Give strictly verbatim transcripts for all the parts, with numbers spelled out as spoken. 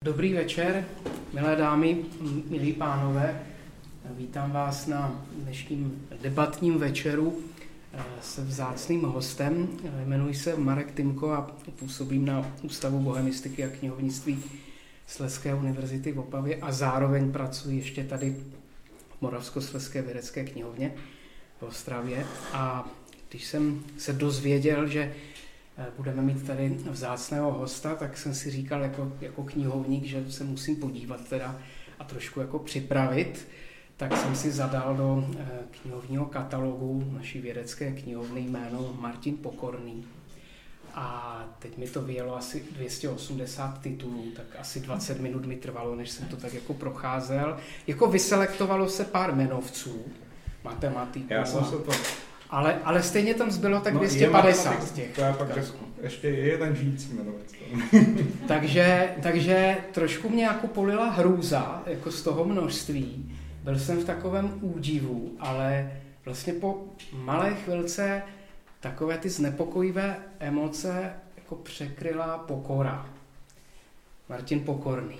Dobrý večer, milé dámy, milí pánové. Vítám vás na dnešním debatním večeru se vzácným hostem. Jmenuji se Marek Tymko a působím na Ústavu bohemistiky a knihovnictví Slezské univerzity v Opavě a zároveň pracuji ještě tady v Moravskoslezské vědecké knihovně v Ostravě. A když jsem se dozvěděl, že budeme mít tady vzácného hosta, tak jsem si říkal jako, jako knihovník, že se musím podívat teda a trošku jako připravit. Tak jsem si zadal do knihovního katalogu naší vědecké knihovny jméno Martin Pokorný. A teď mi to vyjelo asi dvě stě osmdesát titulů, tak asi dvacet minut mi trvalo, než jsem to tak jako procházel. Jako vyselektovalo se pár jmenovců, matematiků. Já jsem se to... Ale, ale stejně tam zbylo tak no, dvě stě padesát z těch. To je pak ještě jeden žijící jmenovec. takže, takže trošku mě jako polila hrůza jako z toho množství. Byl jsem v takovém údivu, ale vlastně po malé chvilce takové ty znepokojivé emoce jako překryla pokora. Martin Pokorný.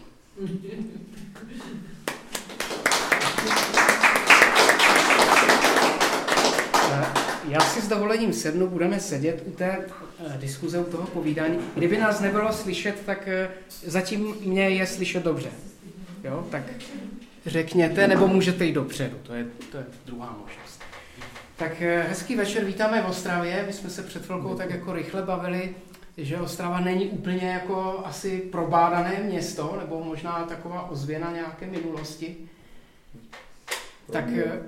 Já si s dovolením sednu, budeme sedět u té diskuze, u toho povídání. Kdyby nás nebylo slyšet, tak zatím mě je slyšet dobře. Jo, tak řekněte, nebo můžete jít dopředu, to je, to je druhá možnost. Tak hezký večer, vítáme v Ostravě, my jsme se před chvilkou tak jako rychle bavili, že Ostrava není úplně jako asi probádané město, nebo možná taková ozvěna nějaké minulosti. Tak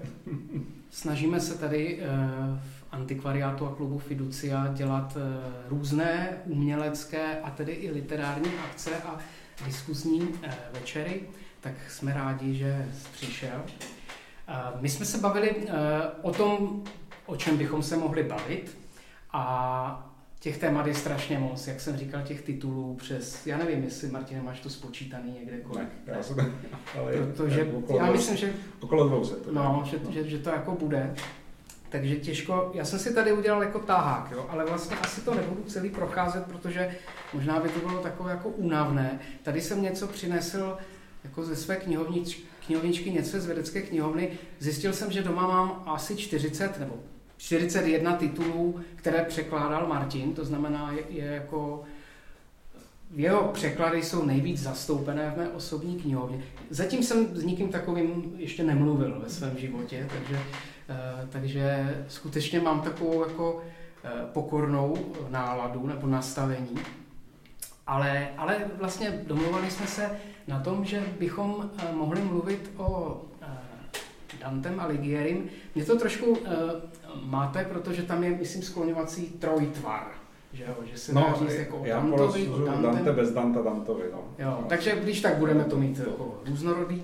snažíme se tady v antikvariátu a klubu Fiducia dělat různé umělecké a tedy i literární akce a diskusní večery. Tak jsme rádi, že jsi přišel. My jsme se bavili o tom, o čem bychom se mohli bavit a těch témat je strašně moc, jak jsem říkal, těch titulů přes, já nevím, jestli, Martine, máš to spočítaný někde kolik. Ne, já se to, ale protože já dvou, myslím, že okolo dvou set. No, že, že, že to jako bude. Takže těžko, já jsem si tady udělal jako tahák, jo, ale vlastně asi to nebudu celý procházet, protože možná by to bylo takové jako únavné. Tady jsem něco přinesl jako ze své knihovnič, knihovničky, něco z vědecké knihovny. Zjistil jsem, že doma mám asi čtyřicet nebo čtyřicet jedna titulů, které překládal Martin, to znamená, je, je jako jeho překlady jsou nejvíc zastoupené v mé osobní knihovně. Zatím jsem s nikým takovým ještě nemluvil ve svém životě, takže, takže skutečně mám takovou jako pokornou náladu nebo nastavení. Ale, ale vlastně domluvali jsme se na tom, že bychom mohli mluvit o Dantem Alighieri. Mě to trošku máte, protože tam je, myslím, skloňovací trojtvar. Že, jo? Že se no, dá říct jako o já Dantovi, o Dantem. Dante bez Danta Dantovi. No. Jo, takže když tak budeme to mít jako různorodý.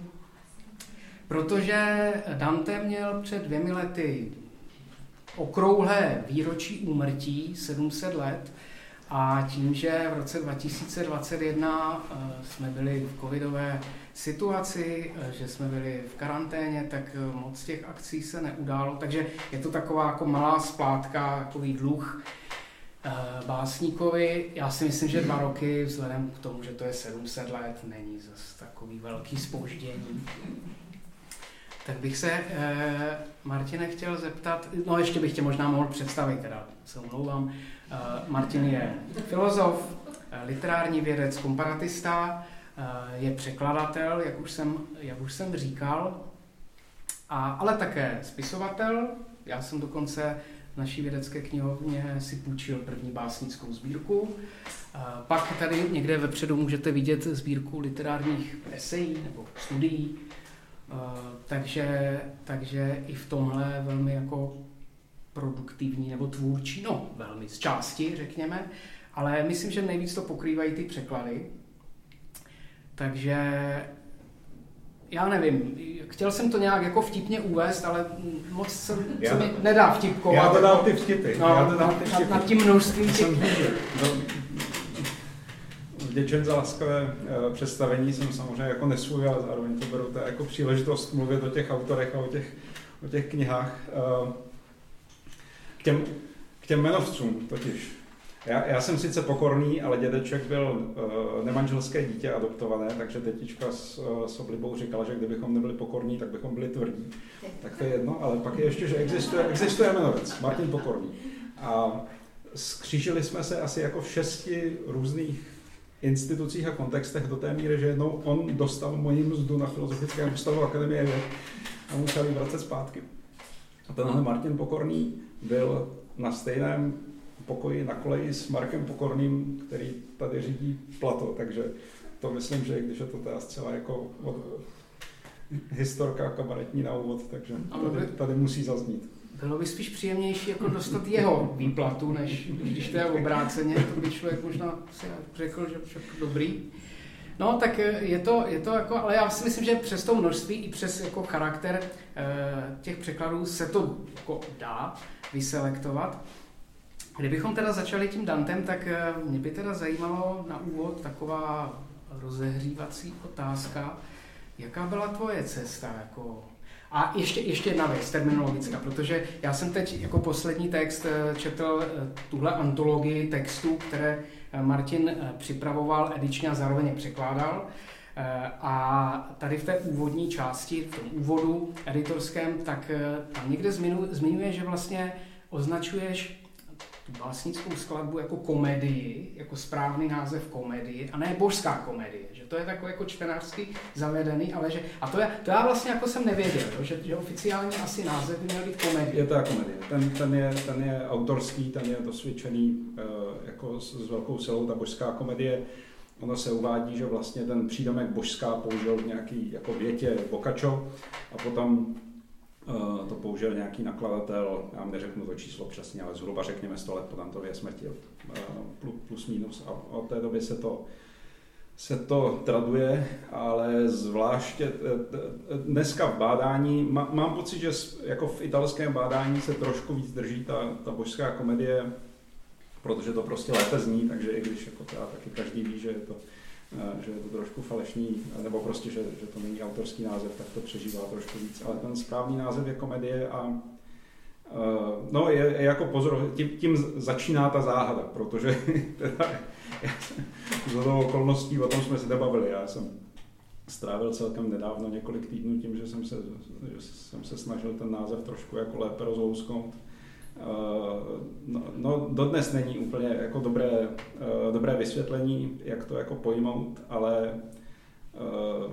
Protože Dante měl před dvěmi lety okrouhlé výročí úmrtí, sedm set let, a tím, že v roce dva tisíce dvacet jedna jsme byli v covidové situaci, že jsme byli v karanténě, tak moc těch akcí se neudálo. Takže je to taková jako malá splátka, takový dluh básníkovi. Já si myslím, že dva roky, vzhledem k tomu, že to je sedm set let, není zase takový velký zpoždění. Tak bych se, eh, Martine, chtěl zeptat, no ještě bych tě možná mohl představit, teda se omlouvám. Eh, Martin je filozof, eh, literární vědec, komparatista, eh, je překladatel, jak už jsem, jak už jsem říkal, a, ale také spisovatel. Já jsem dokonce v naší vědecké knihovně si půjčil první básnickou sbírku. Eh, pak tady někde vepředu můžete vidět sbírku literárních esejí nebo studií. Uh, takže, takže i v tomhle velmi jako produktivní nebo tvůrčí, no velmi z části, řekněme, ale myslím, že nejvíc to pokrývají ty překlady. Takže já nevím, chtěl jsem to nějak jako vtipně uvést, ale moc se, já, se mi nedá vtipkovat. Já to dám ty vtipy. No, já to dám ty vtipy. vtipy. Nad tím množstvím těch... Vděčen za laskavé představení, jsem samozřejmě jako nesvůj, ale zároveň to beru to jako příležitost mluvit o těch autorech a o těch, o těch knihách. K těm, k těm jmenovcům totiž. Já, já jsem sice pokorný, ale dědeček byl uh, nemanželské dítě adoptované, takže tetička s, uh, s oblibou říkala, že kdybychom nebyli pokorní, tak bychom byli tvrdí. Tak to je jedno, ale pak je ještě, že existuje, existuje jmenovec, Martin Pokorný. A skřížili jsme se asi jako v šesti různých institucích a kontextech do té míry, že jednou on dostal moji mzdu na Filozofickém ústavu Akademie věd a musel ji vracet zpátky. A tenhle Martin Pokorný byl na stejném pokoji na koleji s Markem Pokorným, který tady řídí Plato, takže to myslím, že když je to teda zcela jako od, historka kabaretní na úvod, takže tady, tady musí zaznít. Bylo by spíš příjemnější jako dostat jeho výplatu, než když to je obráceně, to by člověk možná si řekl, že všechno dobrý. No, tak je to, je to jako, ale já si myslím, že přes to množství i přes jako charakter e, těch překladů se to jako dá vyselektovat. Kdybychom teda začali tím Dantem, tak e, mě by teda zajímalo na úvod taková rozehřívací otázka. Jaká byla tvoje cesta? Jako... A ještě, ještě jedna věc, terminologická, protože já jsem teď jako poslední text četl tuhle antologii textů, které Martin připravoval edičně a zároveň je překládal. A tady v té úvodní části, v tom úvodu editorském, tak tam někde zmiňuje, že vlastně označuješ tu básnickou skladbu jako komedii, jako správný název komedii, a ne božská komedie, že to je takový jako čtenářský zavedený, ale že, a to, je, to já vlastně jako jsem nevěděl, že, že oficiálně asi název by měl být komedie. Je to komedie, ten, ten, je, ten je autorský, ten je dosvědčený jako s, s velkou silou, ta božská komedie. Ono se uvádí, že vlastně ten přídomek božská použil v nějaký jako větě Boccaccio a potom to použil nějaký nakladatel, já vám neřeknu to číslo přesně, ale zhruba řekněme sto let po Dantově smrti, plus minus. A od té doby se to, se to traduje, ale zvláště dneska v bádání, mám pocit, že jako v italském bádání se trošku víc drží ta, ta božská komedie, protože to prostě lépe zní, takže i když jako teda taky každý ví, že je to že je to trošku falešný, nebo prostě, že, že to není autorský název, tak to přežívá trošku víc. Ale ten správný název je komedie a uh, no, je, je jako pozor, tím, tím začíná ta záhada, protože teda, za toho okolností, o tom jsme se nebavili. Já jsem strávil celkem nedávno několik týdnů tím, že jsem se, že jsem se snažil ten název trošku jako lépe rozhousknout. Uh, no, no, dodnes není úplně jako dobré, uh, dobré vysvětlení, jak to jako pojmout, ale uh,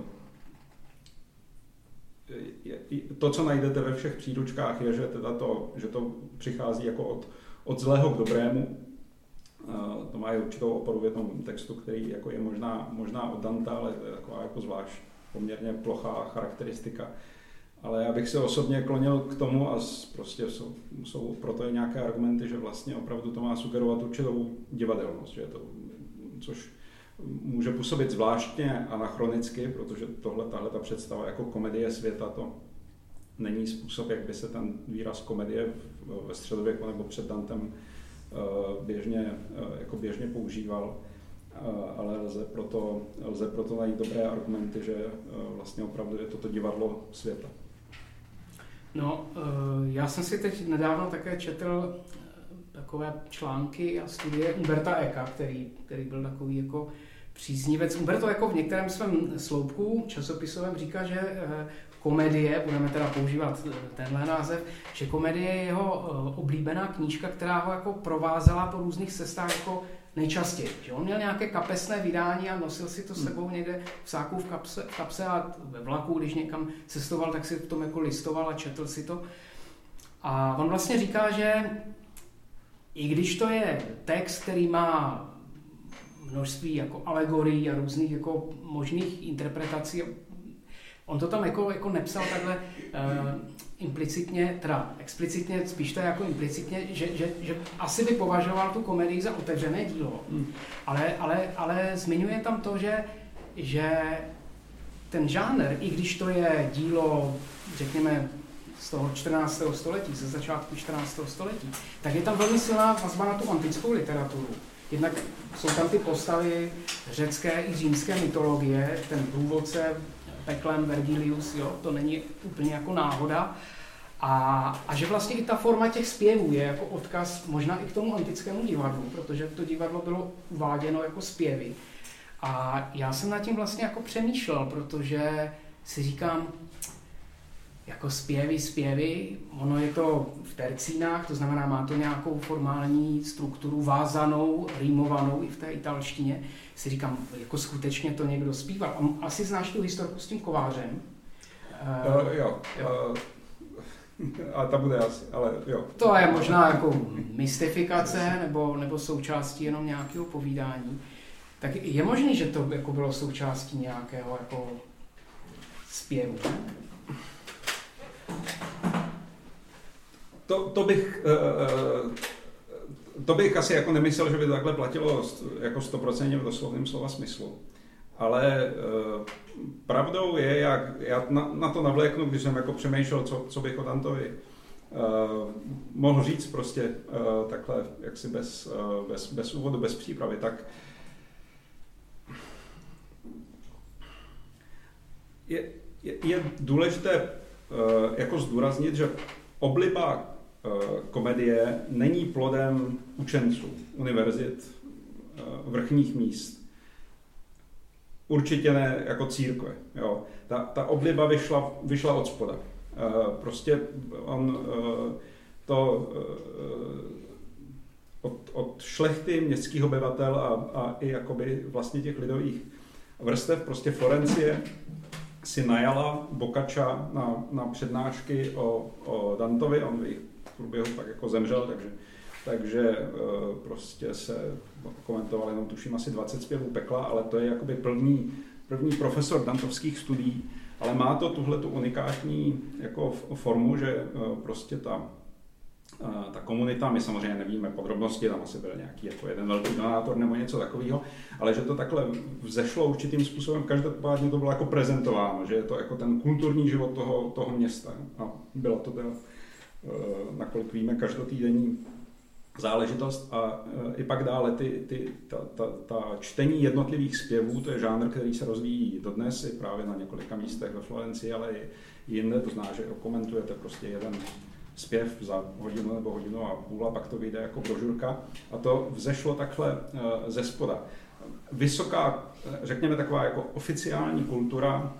je, to, co najdete ve všech příručkách, je, že, teda to, že to přichází jako od, od zlého k dobrému. Uh, to má určitou oporu v jednom textu, který jako je možná, možná od Danta, ale to je taková jako zvlášť poměrně plochá charakteristika. Ale já bych se osobně klonil k tomu a prostě jsou, jsou proto i nějaké argumenty, že vlastně opravdu to má sugerovat určitou divadelnost, že to, což může působit zvláštně anachronicky, protože tohle, tahle ta představa jako komedie světa, to není způsob, jak by se ten výraz komedie ve středověku nebo před Dantem běžně, jako běžně používal, ale lze proto, lze proto najít dobré argumenty, že vlastně opravdu je toto divadlo světa. No, já jsem si teď nedávno také četl takové články a studie Umberta Eka, který, který byl takový jako příznivec. Umberto Eco v některém svém sloupku časopisovém říká, že komedie, budeme teda používat tenhle název, že komedie je jeho oblíbená knížka, která ho jako provázela po různých cestách jako nejčastěji. Že on měl nějaké kapesné vydání a nosil si to s sebou někde v sáku v kapse, v kapse a ve vlaku, když někam cestoval, tak si v tom jako listoval a četl si to. A on vlastně říká, že i když to je text, který má množství jako alegorií a různých jako možných interpretací, on to tam jako, jako nepsal takhle uh, implicitně, teda explicitně, spíš to jako implicitně, že, že, že asi by považoval tu komedii za otevřené dílo. Hmm. Ale, ale, ale zmiňuje tam to, že, že ten žánr, i když to je dílo, řekněme, z toho čtrnáctého století, ze začátku čtrnáctého století, tak je tam velmi silná vazba na tu antickou literaturu. Jednak jsou tam ty postavy řecké i římské mytologie, ten průvodce peklem Vergilius, jo, to není úplně jako náhoda. A, a že vlastně i ta forma těch zpěvů je jako odkaz možná i k tomu antickému divadlu, protože to divadlo bylo uváděno jako zpěvy. A já jsem nad tím vlastně jako přemýšlel, protože si říkám, jako zpěvy, zpěvy, ono je to v tercínách, to znamená, má to nějakou formální strukturu vázanou, rýmovanou i v té italštině. Si říkám, jako skutečně to někdo zpíval. Asi znáš tu historku s tím kovářem? Uh, jo. jo. Uh, a ta bude asi, ale jo. To je možná jako mystifikace nebo, nebo součástí jenom nějakého povídání. Tak je možné, že to jako bylo součástí nějakého jako zpěvu? To, to, bych, to bych asi jako nemyslel, že by to takhle platilo jako stoprocentně v doslovném slova smyslu. Ale pravdou je, jak já na, na to navléknu, když jsem jako přemýšlel, co, co bych o Dantovi mohl říct prostě takhle, jaksi bez, bez, bez úvodu, bez přípravy, tak je, je, je důležité jako zdůraznit, že obliba komedie není plodem učenců univerzit, vrchních míst. Určitě ne jako církve. Jo. Ta, ta obliba vyšla, vyšla od spoda. Prostě on to od, od šlechty, městských obyvatel a, a i jakoby vlastně těch lidových vrstev, prostě Florencie si najala Boccaccia na, na přednášky o, o Dantovi, on v jejich průběhu pak jako zemřel, takže, takže prostě se komentoval jenom tuším asi dvacet zpěvů pekla, ale to je jakoby první, první profesor dantovských studií, ale má to tuhletu unikátní jako formu, že prostě ta, ta komunita, my samozřejmě nevíme podrobnosti, tam asi byl nějaký jako jeden velký donátor nebo něco takového, ale že to takhle vzešlo určitým způsobem, každopádně to bylo jako prezentováno, že je to jako ten kulturní život toho, toho města. A bylo to teda, nakolik víme, každotýdenní záležitost a i pak dále ty, ty, ta, ta, ta čtení jednotlivých zpěvů, to je žánr, který se rozvíjí dodnes i právě na několika místech ve Florencii, ale i jinde, to znamená, že komentujete prostě jeden zpěv za hodinu nebo hodinu a půl a pak to vyjde jako brožurka a to vzešlo takhle ze spoda. Vysoká, řekněme taková jako oficiální kultura,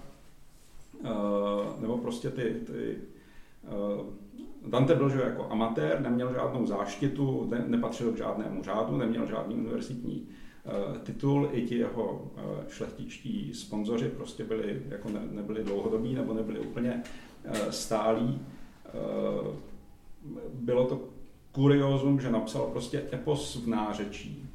nebo prostě ty, ty Dante byl že jako amatér, neměl žádnou záštitu, ne, nepatřil k žádnému řádu, neměl žádný univerzitní uh, titul, i ti jeho uh, šlechtičtí sponzoři prostě byli, jako ne, nebyli dlouhodobí nebo nebyli úplně uh, stálí. Uh, bylo to kuriózum, že napsal prostě epos v nářečí.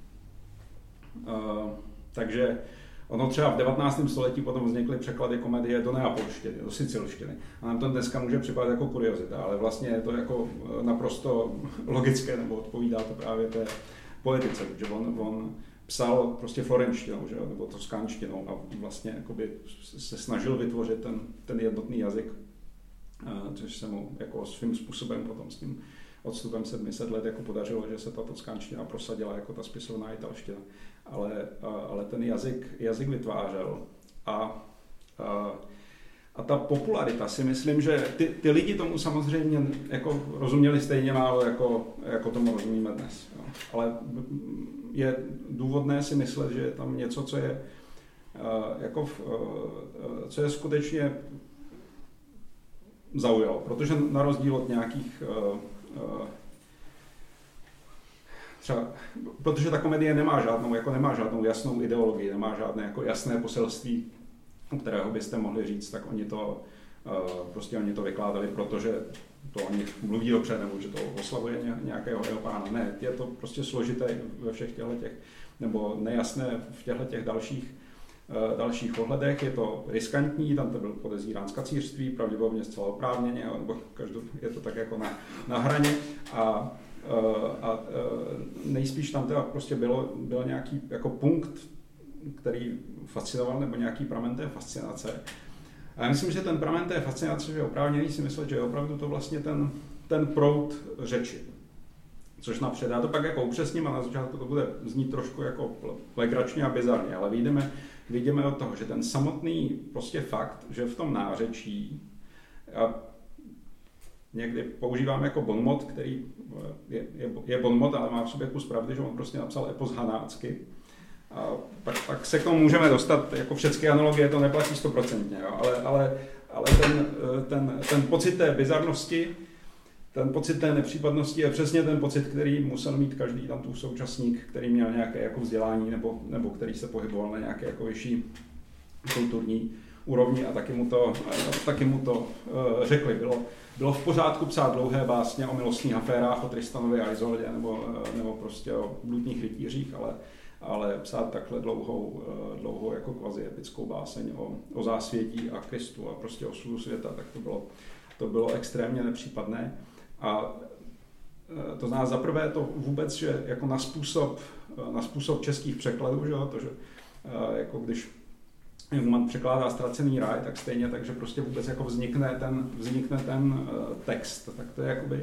Uh, takže ono třeba v devatenáctém století potom vznikly překlady komedie do neapolštiny, do sicilštiny. A nám to dneska může připadat jako kuriozita, ale vlastně je to jako naprosto logické, nebo odpovídá to právě té politice, protože on, on psal prostě florenštinou, že, nebo toskánštinou a vlastně jakoby se snažil vytvořit ten, ten jednotný jazyk, což se mu jako svým způsobem potom s tím odstupem sedmi set let jako podařilo, že se ta toskánština prosadila jako ta spisovná italština. Ale, ale ten jazyk, jazyk vytvářel a, a, a ta popularita si myslím, že ty, ty lidi tomu samozřejmě jako rozuměli stejně málo, jako, jako tomu rozumíme dnes. Jo. Ale je důvodné si myslet, že je tam něco, co je, jako, co je skutečně zaujalo, protože na rozdíl od nějakých třeba, protože ta komedie nemá žádnou, jako nemá žádnou jasnou ideologii, nemá žádné jako jasné poselství, o kterého byste mohli říct, tak oni to prostě oni to vykládali, protože to o nich mluví dobře, nebo že to oslavuje nějakého jeho pána. Ne, je to prostě složité ve všech těchto těch, nebo nejasné v těchto těch dalších dalších ohledech, je to riskantní, tam to byl podezírán z kacířství, pravděpodobně zcela oprávněně, nebo každou, je to tak jako na, na hraně a, a nejspíš tam teda prostě bylo, byl nějaký jako punkt, který fascinoval, nebo nějaký pramen té fascinace. A já myslím, že ten pramen té fascinace je oprávněný si myslet, že je opravdu to vlastně ten, ten proud řeči. Což napřed, já to pak jako upřesním a na začátku to bude znít trošku jako legračně a bizarně, ale vyjdeme, vyjdeme od toho, že ten samotný prostě fakt, že v tom nářečí, a někdy používám jako bonmot, který je, je, je bonmot, ale má v sobě kus pravdy, že on prostě napsal epos hanácky. A pak, pak se k tomu můžeme dostat, jako všechny analogie to neplatí stoprocentně, ale, ale, ale ten, ten, ten pocit té bizarnosti, ten pocit té nepřípadnosti je přesně ten pocit, který musel mít každý tam tu současník, který měl nějaké jako vzdělání nebo, nebo který se pohyboval na nějaké jako vyšší kulturní úrovni a taky mu to, taky mu to uh, řekli. Bylo, bylo v pořádku psát dlouhé básně o milostných aférách, o Tristanovi a Izoldě nebo, nebo prostě o bludných rytířích, ale, ale psát takhle dlouhou, dlouhou jako kvazi epickou báseň o, o zásvětí a Kristu a prostě o osudu světa, tak to bylo, to bylo extrémně nepřípadné. A to znamená zaprvé to vůbec, že jako na způsob, na způsob českých překladů, že to, že jako když Human překládá Ztracený ráj, tak stejně, takže prostě vůbec jako vznikne ten, vznikne ten text. Tak to je jakoby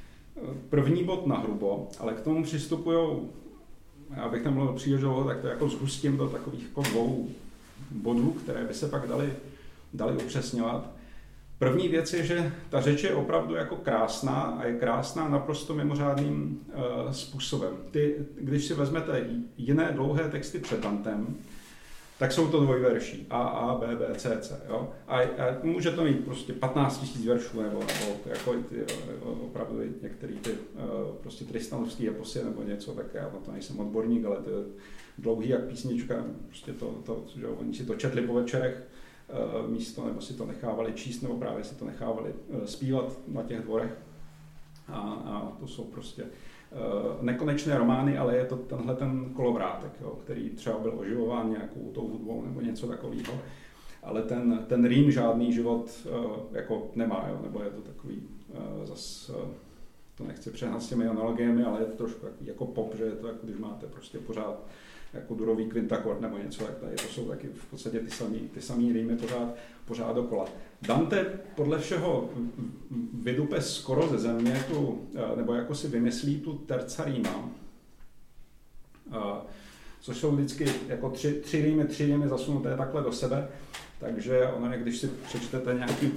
první bod na hrubo, ale k tomu přistupujou, já bych nemluvil příliš dlouho, tak to jako zhustím do takových jako dvou bodů, které by se pak dali, dali upřesňovat. První věc je, že ta řeč je opravdu jako krásná a je krásná naprosto mimořádným uh, způsobem. Ty, když si vezmete jiné dlouhé texty před Dantem, tak jsou to dvojverší. A, A, B, B, C, C. Jo? A, a může to mít prostě patnáct tisíc veršů, nebo, nebo jako ty, opravdu některé ty uh, prostě tristanovské eposy nebo něco, tak já na to nejsem odborník, ale to je dlouhý jak písnička, prostě to, to, že oni si to četli po večerech, místo, nebo si to nechávali číst, nebo právě si to nechávali zpívat na těch dvorech. A, a to jsou prostě uh, nekonečné romány, ale je to tenhle ten kolovrátek, jo, který třeba byl oživován nějakou tou hudbou nebo něco takového. Ale ten, ten rým žádný život uh, jako nemá, jo, nebo je to takový uh, zas, uh, to nechci přehnat s těmi analogiemi, ale je to trošku jako pop, že je to jako když máte prostě pořád jako durový kvintakord nebo něco, tak tady to jsou taky v podstatě ty samý, ty samý rýmy pořád, pořád dokola. Dante podle všeho vydupe skoro ze země tu, nebo jako si vymyslí tu terza rima, což jsou vždycky jako tři, tři rýmy, tři rýmy zasunuté takhle do sebe, takže ono, když si přečtete nějaký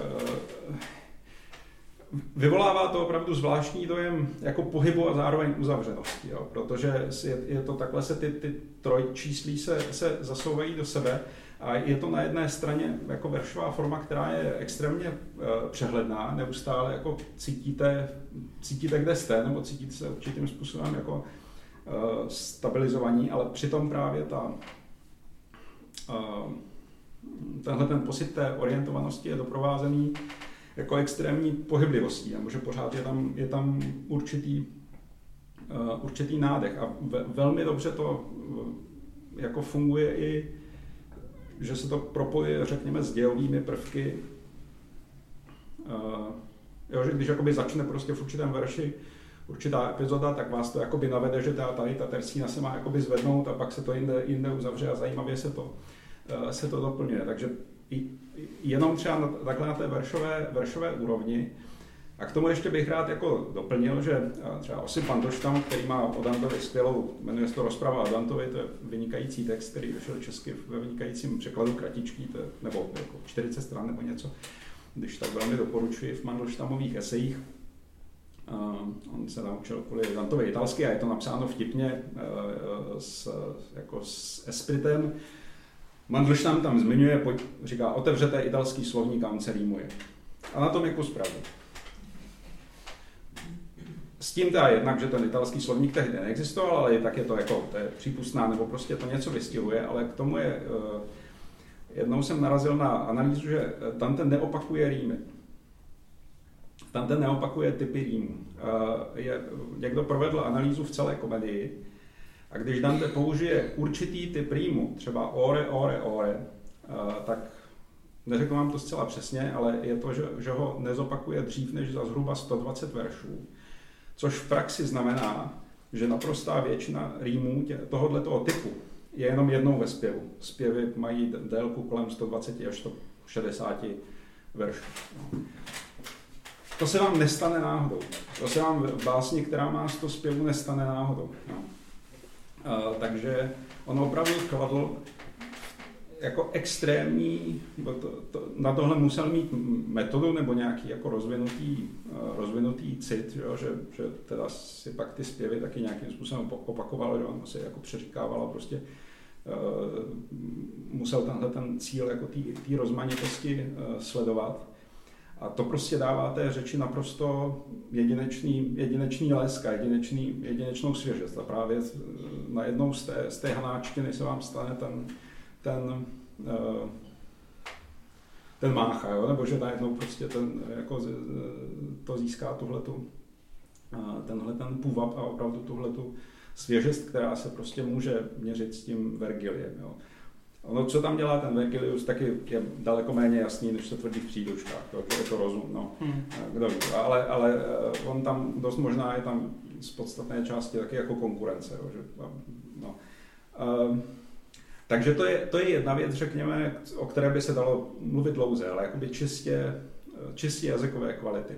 vyvolává to opravdu zvláštní dojem jako pohybu a zároveň uzavřenosti, jo? Protože je, je to takhle, se ty, ty trojčíslí se, se zasouvají do sebe a je to na jedné straně jako veršová forma, která je extrémně uh, přehledná, neustále jako cítíte, cítíte, kde jste, nebo cítíte se určitým způsobem jako uh, stabilizovaní, ale přitom právě ta uh, tenhle ten pocit té orientovanosti je doprovázený jako extrémní pohyblivostí, nebo že pořád je tam, je tam určitý, uh, určitý nádech a ve, velmi dobře to uh, jako funguje i, že se to propojuje, řekněme, s dějovými prvky. Uh, jo, že když jakoby začne prostě v určitém verši určitá epizoda, tak vás to jakoby navede, že ta, tady ta tercína se má jakoby zvednout a pak se to jinde, jinde uzavře a zajímavě se to, uh, se to doplňuje. Takže i, jenom třeba na, takhle na té veršové, veršové úrovni. A k tomu ještě bych rád jako doplnil, že třeba Osip Mandlštam, který má o Dantovi skvělou, jmenuje se to Rozprava o Dantovi, to je vynikající text, který vyšel česky ve vynikajícím překladu kratičký, to je, nebo jako čtyřicet stran nebo něco, když tak velmi doporučuji v Mandlštamových esejích. Uh, on se naučil kvůli Dantovi italsky a je to napsáno vtipně uh, s, jako s espritem. Mandlštam tam zmiňuje, pojď, říká, otevřete italský slovník a on se rýmuje. A na tom je kus pravdy. S tím teda jednak, že ten italský slovník tehdy neexistoval, ale tak je to jako, to je přípustná, nebo prostě to něco vystihuje, ale k tomu je, jednou jsem narazil na analýzu, že Dante neopakuje rýmy. Dante neopakuje typy rýmů. Je, někdo provedl analýzu v celé komedii, a když Dante použije určitý typ rýmu, třeba ore, ore, ore, tak neřeknu vám to zcela přesně, ale je to, že, že ho nezopakuje dřív než za zhruba sto dvacet veršů, což v praxi znamená, že naprostá většina rýmů tohoto typu je jenom jednou ve zpěvu. Zpěvy mají délku kolem sto dvacet až sto šedesát veršů. To se vám nestane náhodou. To se vám v básni, která má sto zpěvů, nestane náhodou. No. Uh, takže on opravdu kladl jako extrémní, to, to, na tohle musel mít metodu nebo nějaký jako rozvinutý, rozvinutý cit, jo, že, že teda si pak ty zpěvy taky nějakým způsobem opakovalo, že on si jako přeříkával a prostě uh, musel tenhle ten cíl jako té rozmanitosti uh, sledovat. A to prostě dává té řeči naprosto jedinečný, jedinečný lesk a jedinečný, jedinečnou svěžest. A právě najednou z té, z té hanáčtiny se vám stane ten, ten, ten mácha, jo? Nebo že najednou prostě ten, jako to získá tuhletu, tenhle ten půvab a opravdu tuhletu svěžest, která se prostě může měřit s tím Vergiliem. Jo? Ono, co tam dělá ten Vergilius, taky je daleko méně jasný, než se tvrdí v příručkách, to je to rozum, no, hmm. kdo ví. Ale, ale on tam dost možná je tam z podstatné části taky jako konkurence. Jo, že, no. um, takže to je, to je jedna věc, řekněme, o které by se dalo mluvit dlouze, ale jakoby čistě, čistě jazykové kvality.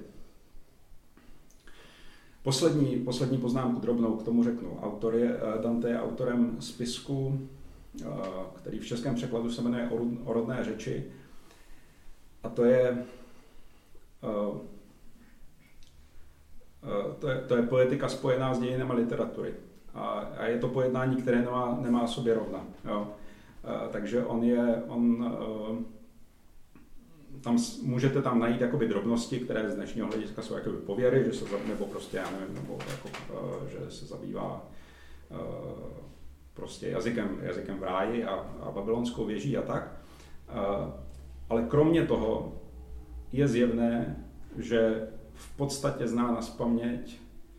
Poslední, poslední poznámku drobnou k tomu řeknu. Autor je, Dante je autorem spisku, který v českém překladu se jmenuje O rodné řeči. A to je, to je, to je poetika spojená s dějinami literatury. A, a je to pojednání, které nemá, nemá sobě rovna. Jo. Takže on je, on, tam můžete tam najít jakoby drobnosti, které z dnešního hlediska jsou jakoby pověry, že se, nebo prostě, já nevím, nebo jako, že se zabývá prostě jazykem, jazykem v ráji a, a babylonskou věží a tak. Ale kromě toho je zjevné, že v podstatě zná nazpaměť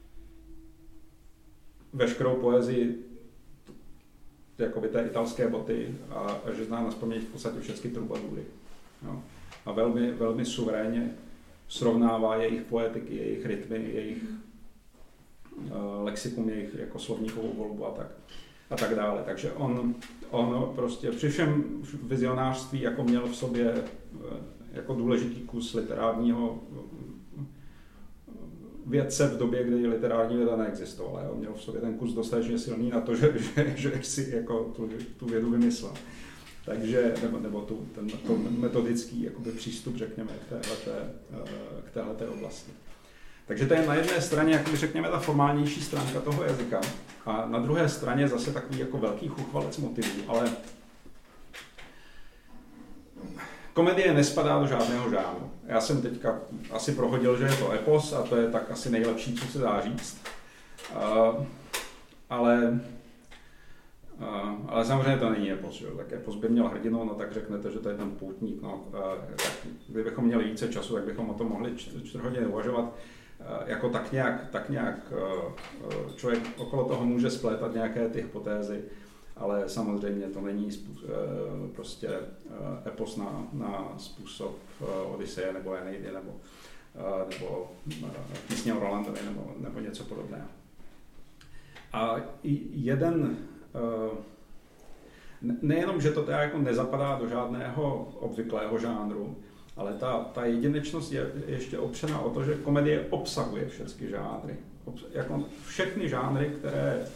veškerou poezii jakoby té italské boty a, a že zná nazpaměť v podstatě všechny trubadury. No. A velmi, velmi suverénně srovnává jejich poetiky, jejich rytmy, jejich uh, lexikum, jejich jako slovníkovou volbu a tak. A tak dále. Takže on, on prostě při všem vizionářství jako měl v sobě jako důležitý kus literárního vědce v době, kdy literární věda neexistovala. On měl v sobě ten kus dostatečně silný na to, že, že, že si jako tu, tu vědu vymyslel. Takže, nebo, nebo tu, ten, ten metodický jakoby přístup, řekněme, k téhleté, k téhleté oblasti. Takže to je na jedné straně, jakoby řekněme, ta formálnější stránka toho jazyka, a na druhé straně zase takový jako velký chuchvalec motivů, ale komedie nespadá do žádného žánru. Já jsem teďka asi prohodil, že je to epos a to je tak asi nejlepší, co se dá říct. Uh, ale, uh, ale samozřejmě to není epos, že? Tak epos by měl hrdinu, no tak řeknete, že to je ten poutník. No, uh, tak kdybychom měli více času, tak bychom o tom mohli čtyři hodiny uvažovat. Jako tak nějak, tak nějak člověk okolo toho může splétat nějaké ty hypotézy, ale samozřejmě to není prostě epos na, na způsob Odyseje nebo Eneidy nebo, nebo písně o Rolandovi nebo, nebo něco podobného. A jeden, nejenom, že to teda jako nezapadá do žádného obvyklého žánru, ale ta, ta jedinečnost je ještě opřena o to, že komedie obsahuje všechny žánry. Obs- jako všechny žánry, které,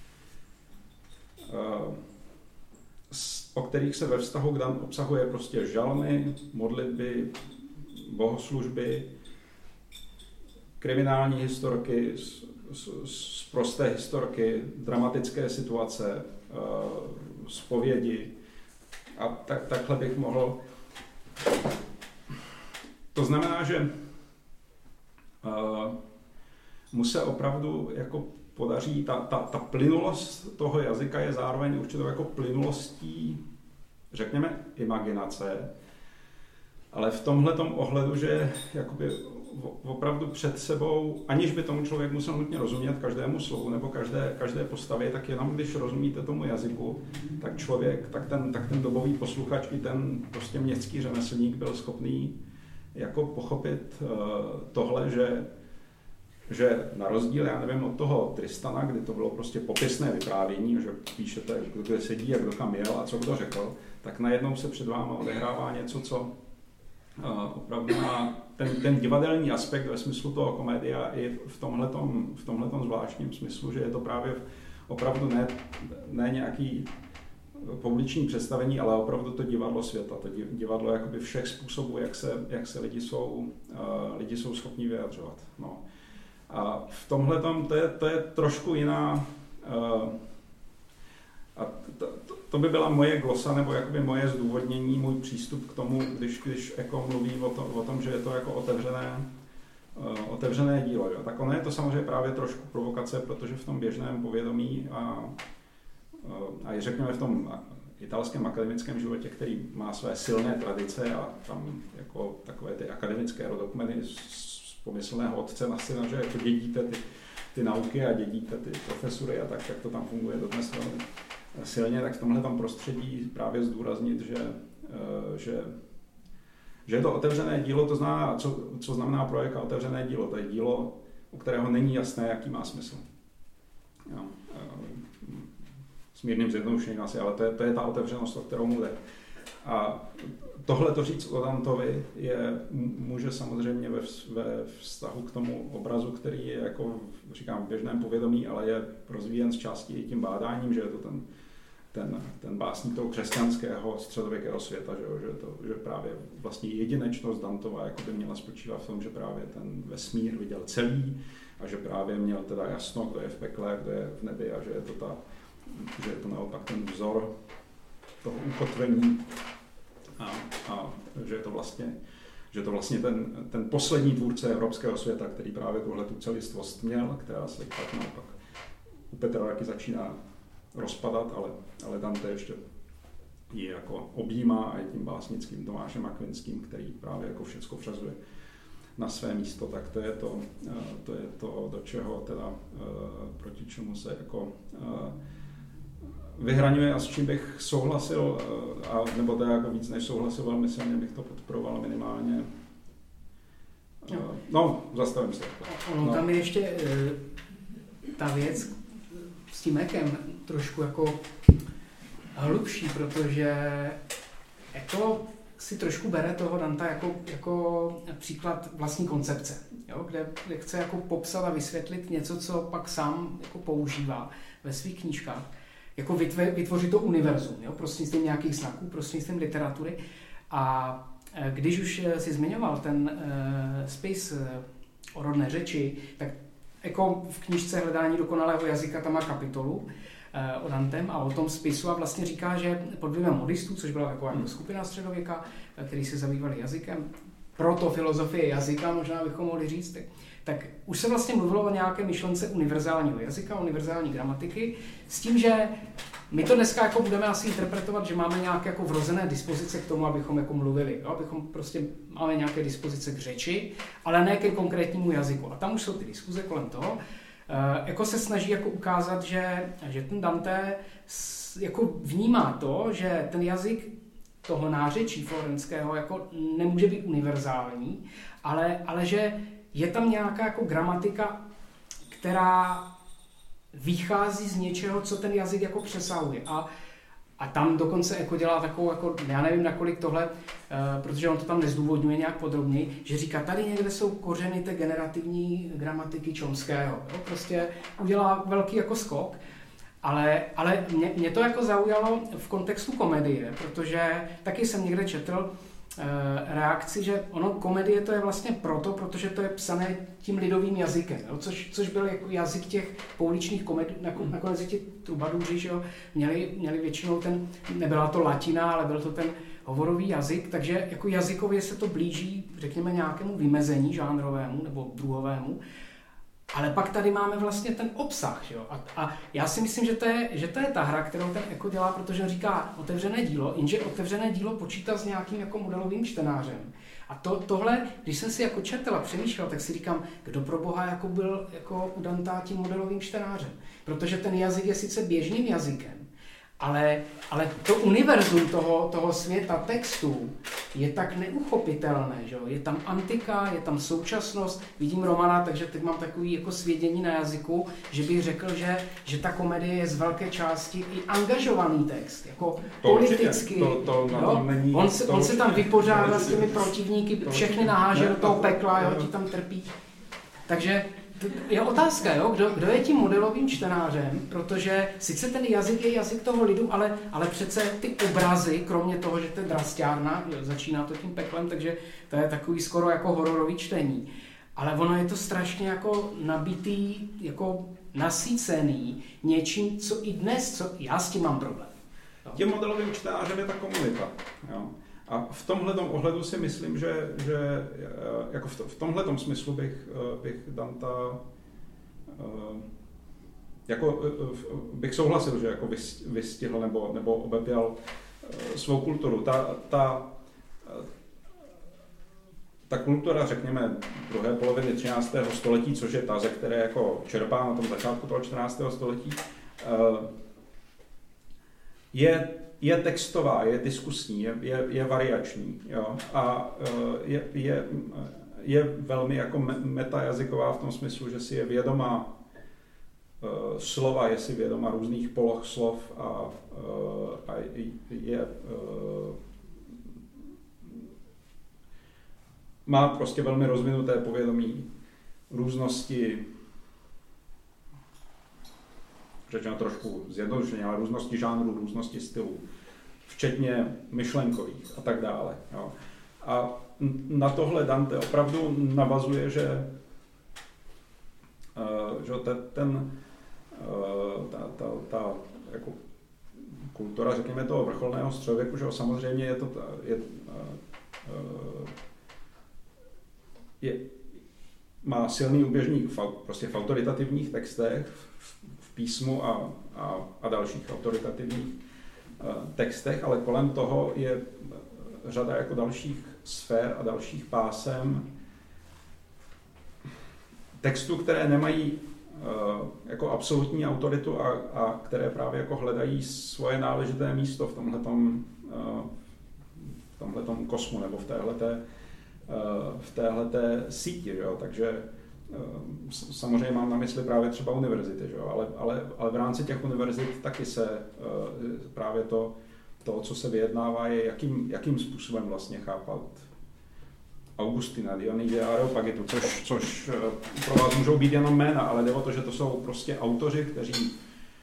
uh, s, o kterých se ve vztahu k Dan obsahuje prostě žalmy, modlitby, bohoslužby, kriminální historky, z, z, z prosté historky, dramatické situace, uh, zpovědi. A tak, takhle bych mohl. To znamená, že uh, mu se opravdu jako podaří, ta, ta, ta plynulost toho jazyka je zároveň určitou jako plynulostí, řekněme, imaginace, ale v tomhletom ohledu, že jakoby opravdu před sebou, aniž by tomu člověk musel nutně rozumět každému slovu nebo každé, každé postavě, tak jenom když rozumíte tomu jazyku, tak člověk, tak ten, tak ten dobový posluchač i ten prostě městský řemeslník byl schopný jako pochopit uh, tohle, že, že na rozdíl, já nevím, od toho Tristana, kdy to bylo prostě popisné vyprávění, že píšete, kdo kde sedí a kdo kam jel a co kdo řekl, tak najednou se před váma odehrává něco, co uh, opravdu má ten, ten divadelní aspekt ve smyslu toho komédia i v tomhletom, v tomhletom zvláštním smyslu, že je to právě opravdu ne, ne nějaký pouliční představení, ale opravdu to divadlo světa, to divadlo jakoby všech způsobů, jak se, jak se lidi, jsou, uh, lidi jsou schopni vyjadřovat. No. A v tomhle tom to je, to je trošku jiná, uh, a to, to, to by byla moje glosa, nebo jakoby moje zdůvodnění, můj přístup k tomu, když, když Eko mluví o, to, o tom, že je to jako otevřené, uh, otevřené dílo. Jo. Tak ono je to samozřejmě právě trošku provokace, protože v tom běžném povědomí a a i řekněme v tom italském akademickém životě, který má své silné tradice a tam jako takové ty akademické rodokmeny z pomyslného otce na syna, že jako dědíte ty, ty nauky a dědíte ty profesury a tak, jak to tam funguje dodnes velmi silně, tak v tomhle tam prostředí právě zdůraznit, že, že, že je to otevřené dílo, to znamená, co, co znamená pro Eka otevřené dílo, to je dílo, u kterého není jasné, jaký má smysl. Jo. S mírným zjednodušením asi, ale to je, to je ta otevřenost, o kterou mu jde. A tohle to říct o Dantovi je, může samozřejmě ve, ve vztahu k tomu obrazu, který je jako, říkám, v běžném povědomí, ale je rozvíjen z části i tím bádáním, že je to ten, ten, ten básník toho křesťanského středověkého světa, že, že, to, že právě vlastně jedinečnost Dantova jako by měla spočívat v tom, že právě ten vesmír viděl celý a že právě měl teda jasno, kdo je v pekle, kdo je v nebi a že je to ta že je to naopak ten vzor toho ukotvení a, a že je to vlastně, že je to vlastně ten, ten poslední tvůrce evropského světa, který právě tuhle tu celistvost měl, která se pak naopak u Petrarky začíná rozpadat, ale, ale Dante ještě ji jako objímá a je tím básnickým Tomášem Akvinským, který právě jako všecko vřazuje na své místo, tak to je to, to, je to do čeho teda proti čemu se jako vyhraňuje a s čím bych souhlasil, a, nebo teda jako víc než souhlasil, velmi silně bych to podporoval minimálně. No, no zastavím se. Ono no. Tam je ještě ta věc s tím Ekem trošku jako hlubší, protože Eko si trošku bere toho Danta jako, jako příklad vlastní koncepce, jo? Kde, kde chce jako popsat a vysvětlit něco, co pak sám jako používá ve svých knížkách. Jako vytvořit to univerzum, jo? Prostřednictvím nějakých znaků, prostřednictvím literatury. A když už si zmiňoval ten uh, spis uh, o rodné řeči, tak jako v knížce Hledání dokonalého jazyka tam má kapitolu uh, o Dantem a o tom spisu a vlastně říká, že pod vlivem modistů, což byla taková jako skupina středověka, který se zabývali jazykem, proto filozofie jazyka, možná bychom mohli říct, tak, tak už se vlastně mluvilo o nějaké myšlence univerzálního jazyka, univerzální gramatiky, s tím, že my to dneska jako budeme asi interpretovat, že máme nějaké jako vrozené dispozice k tomu, abychom jako mluvili, jo? Abychom prostě máme nějaké dispozice k řeči, ale ne ke konkrétnímu jazyku. A tam už jsou ty diskuze kolem toho. E, jako se snaží jako ukázat, že, že ten Dante jako vnímá to, že ten jazyk toho nářečí florenského jako nemůže být univerzální, ale, ale že je tam nějaká jako gramatika, která vychází z něčeho, co ten jazyk jako přesahuje. A, a tam dokonce jako dělá takovou, jako, já nevím nakolik tohle, uh, protože on to tam nezdůvodňuje nějak podrobněji, že říká, tady někde jsou kořeny té generativní gramatiky Chomského. Jo? Prostě udělá velký jako skok. Ale, ale mě, mě to jako zaujalo v kontextu komedie, protože taky jsem někde četl e, reakci, že ono komedie to je vlastně proto, protože to je psané tím lidovým jazykem, jo? Což, což byl jako jazyk těch pouličních komedí, nakonec ti trubaduři, že jo, měli, měli většinou ten, nebyla to latina, ale byl to ten hovorový jazyk, takže jako jazykově se to blíží, řekněme, nějakému vymezení žánrovému nebo druhovému. Ale pak tady máme vlastně ten obsah, jo? A, a já si myslím, že to, je, že to je ta hra, kterou ten Eko dělá, protože on říká otevřené dílo, jenže otevřené dílo počítá s nějakým jako modelovým čtenářem. A to, tohle, když jsem si jako četl a přemýšlel, tak si říkám, kdo pro boha jako byl jako u Danta tím modelovým čtenářem. Protože ten jazyk je sice běžným jazykem, ale, ale to univerzum toho, toho světa textů je tak neuchopitelné, že? Je tam antika, je tam současnost, vidím Romana, takže teď mám takový jako svědění na jazyku, že bych řekl, že, že ta komedie je z velké části i angažovaný text, jako to politicky. To, to jo? Není, on, se, to on se tam vypořádá s těmi protivníky, to všechny určitě. naháže do toho to, pekla, to, jo, ti tam trpí. Takže je otázka, jo? Kdo, kdo je tím modelovým čtenářem, protože sice ten jazyk je jazyk toho lidu, ale, ale přece ty obrazy, kromě toho, že to je drasťárna, začíná to tím peklem, takže to je takový skoro jako hororový čtení. Ale ono je to strašně jako nabitý, jako nasýcený něčím, co i dnes, co já s tím mám problém. Jo. Tím modelovým čtenářem je ta komunita. Jo. A v tomhletom ohledu si myslím, že, že jako v tomhletom smyslu bych, bych Danta jako bych souhlasil, že jako vystihl nebo, nebo obepěl svou kulturu. Ta, ta, ta kultura, řekněme, druhé poloviny třináctého století, což je ta, ze které jako čerpá na tom začátku toho čtrnáctého století, je, je textová, je diskusní, je, je, je variační, jo? A je, je, je velmi jako metajazyková v tom smyslu, že si je vědomá slova, je si vědomá různých poloh slov a, a je, má prostě velmi rozvinuté povědomí různosti, řečeno trošku zjednodušeně, ale různosti žánrů, různosti stylů, včetně myšlenkových a tak dále. Jo. A na tohle Dante opravdu navazuje, že, že ten, ta, ta, ta jako kultura, řekněme, toho vrcholného středověku, že samozřejmě je to je, je, má silný úběžník v, prostě v autoritativních textech, v, v písmu a, a, a dalších autoritativních uh, textech, ale kolem toho je řada jako dalších sfér a dalších pásem textů, které nemají uh, jako absolutní autoritu a, a které právě jako hledají svoje náležité místo v tomhletom, uh, v tomhletom kosmu nebo v téhleté v téhleté síti, že jo? Takže samozřejmě mám na mysli právě třeba univerzity, že jo? Ale, ale, ale v rámci těch univerzit taky se právě to, to co se vyjednává, je jakým, jakým způsobem vlastně chápat Augustina, Dionýze a Areopagitu, což, což pro vás můžou být jenom jména, ale jde o to, že to jsou prostě autoři, kteří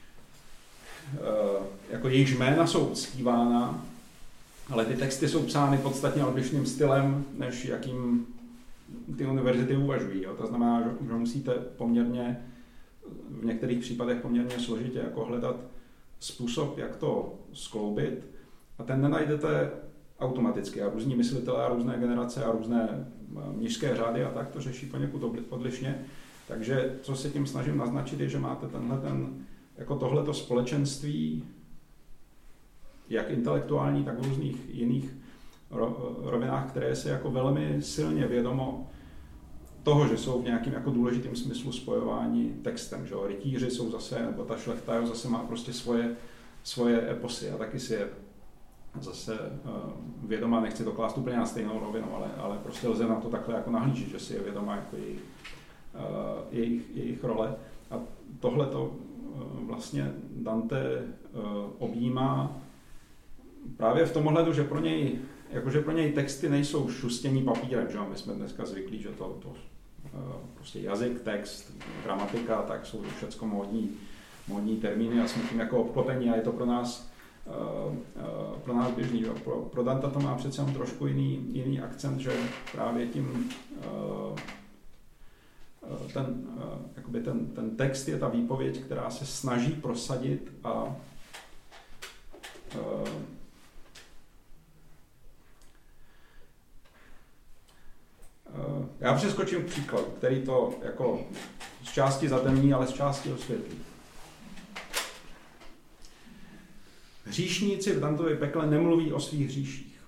jako jejich jména jsou uctívána, ale ty texty jsou psány podstatně odlišným stylem, než jakým ty univerzity uvažují. Jo. To znamená, že musíte poměrně, v některých případech poměrně složitě jako hledat způsob, jak to skloubit. A ten nenajdete automaticky. A různí myslitelé a různé generace a různé mnišské řády a tak to řeší poněkud odlišně. Takže co se tím snažím naznačit, je, že máte tenhle ten, jako tohleto společenství, jak intelektuální, tak v různých jiných rovinách, které se jako velmi silně vědomo toho, že jsou v nějakým jako důležitým smyslu spojování textem. Že? Rytíři jsou zase, nebo ta šlechta jo, zase má prostě svoje, svoje eposy a taky si je zase uh, vědomá, nechci to klást úplně na stejnou rovinu, ale, ale prostě lze na to takhle jako nahlížet, že si je vědomá jako jejich, uh, jejich, jejich role. A tohle to uh, vlastně Dante uh, objímá právě v tom ohledu, že pro něj, jakože pro něj texty nejsou šustění papírem, že? My jsme dneska zvyklí, že to, to prostě jazyk, text, gramatika, tak jsou to všecko módní, módní termíny a jsme tím jako obklopení a je to pro nás, pro nás běžný. Že? Pro, pro Danta to má přece jen trošku jiný, jiný akcent, že právě tím ten, jakoby ten, ten text je ta výpověď, která se snaží prosadit a já přeskočím k příkladu, který to jako z části zatemní, ale z části osvětlí. Hříšníci v Dantově pekle nemluví o svých hříších.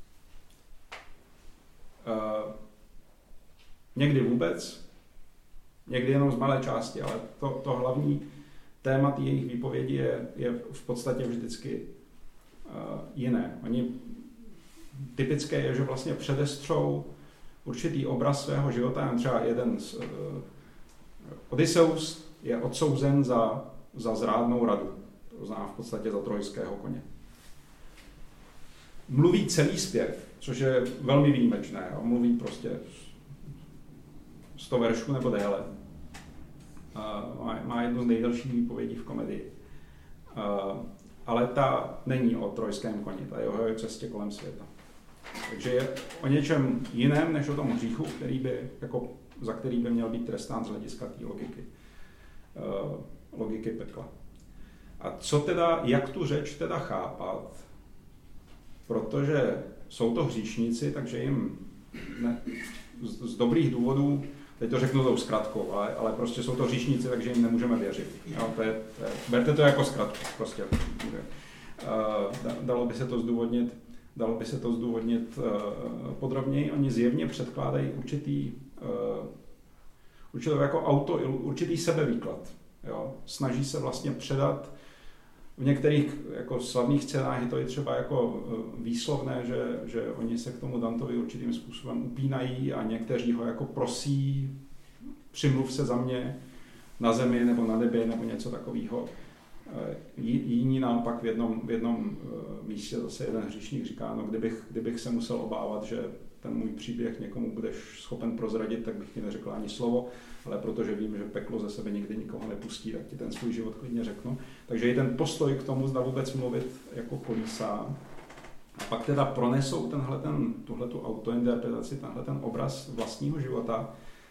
Uh, někdy vůbec, někdy jenom z malé části, ale to, to hlavní téma jejich výpovědi je, je v podstatě vždycky uh, jiné. Oni typické je, že vlastně předestřou určitý obraz svého života, třeba jeden z uh, Odysseus je odsouzen za, za zrádnou radu, to znamená v podstatě za trojského koně. Mluví celý zpěv, což je velmi výjimečné, jo? Mluví prostě sto veršů nebo déle. má, má jednu z nejdelších výpovědí v komedii. Ale ta není o trojském koni, ta je o cestě kolem světa. Takže je o něčem jiném, než o tom hříchu, který by, jako, za který by měl být trestán z hlediska té logiky, uh, logiky pekla. A co teda, jak tu řeč teda chápat? Protože jsou to hříšníci, takže jim ne, z, z dobrých důvodů, teď to řeknu tou zkratkou, ale, ale prostě jsou to hříšníci, takže jim nemůžeme věřit. Jo, to je, to je, berte to jako zkratku, prostě. Uh, dalo by se to zdůvodnit, dalo by se to zdůvodnit uh, podrobněji. Oni zjevně předkládají určitý, uh, určitý, jako auto, určitý sebevýklad. Jo. Snaží se vlastně předat. V některých jako slavných scénách je to i třeba jako výslovné, že, že oni se k tomu Dantovi určitým způsobem upínají a někteří ho jako prosí, přimluv se za mě na zemi nebo na nebi nebo něco takového. Jiní naopak v jednom, v jednom místě zase jeden hříšník říká, no kdybych, kdybych se musel obávat, že ten můj příběh někomu budeš schopen prozradit, tak bych ti neřekl ani slovo, ale protože vím, že peklo ze sebe nikdy nikoho nepustí, tak ti ten svůj život klidně řeknu. Takže i ten postoj k tomu, zda vůbec mluvit, jako kolísá. A pak teda pronesou tenhle ten, tuhletu autointerpretaci, tenhle ten obraz vlastního života,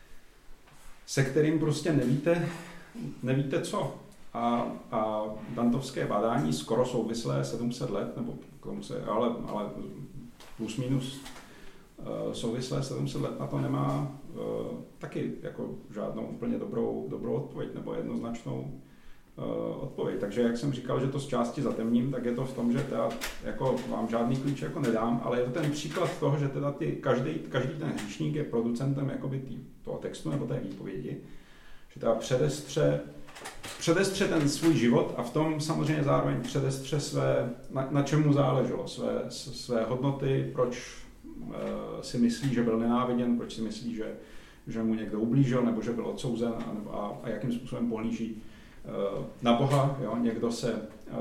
se kterým prostě nevíte, nevíte co. A, a dantovské bádání skoro souvislé sedm set let, nebo k tomu se, ale, ale plus minus uh, souvislé sedm set let na to nemá uh, taky jako žádnou úplně dobrou, dobrou odpověď nebo jednoznačnou uh, odpověď. Takže jak jsem říkal, že to z části zatemním, tak je to v tom, že teda jako vám žádný klíč jako nedám, ale je to ten příklad toho, že teda ty, každý, každý ten hříšník je producentem jakoby tý, toho textu nebo té výpovědi, že teda předestře předestře ten svůj život a v tom samozřejmě zároveň předestře své, na, na čem mu záleželo, své, své hodnoty, proč e, si myslí, že byl nenáviděn, proč si myslí, že, že mu někdo ublížil nebo že byl odsouzen a, a, a jakým způsobem pohlíží e, na Boha. Jo? Někdo, se, e,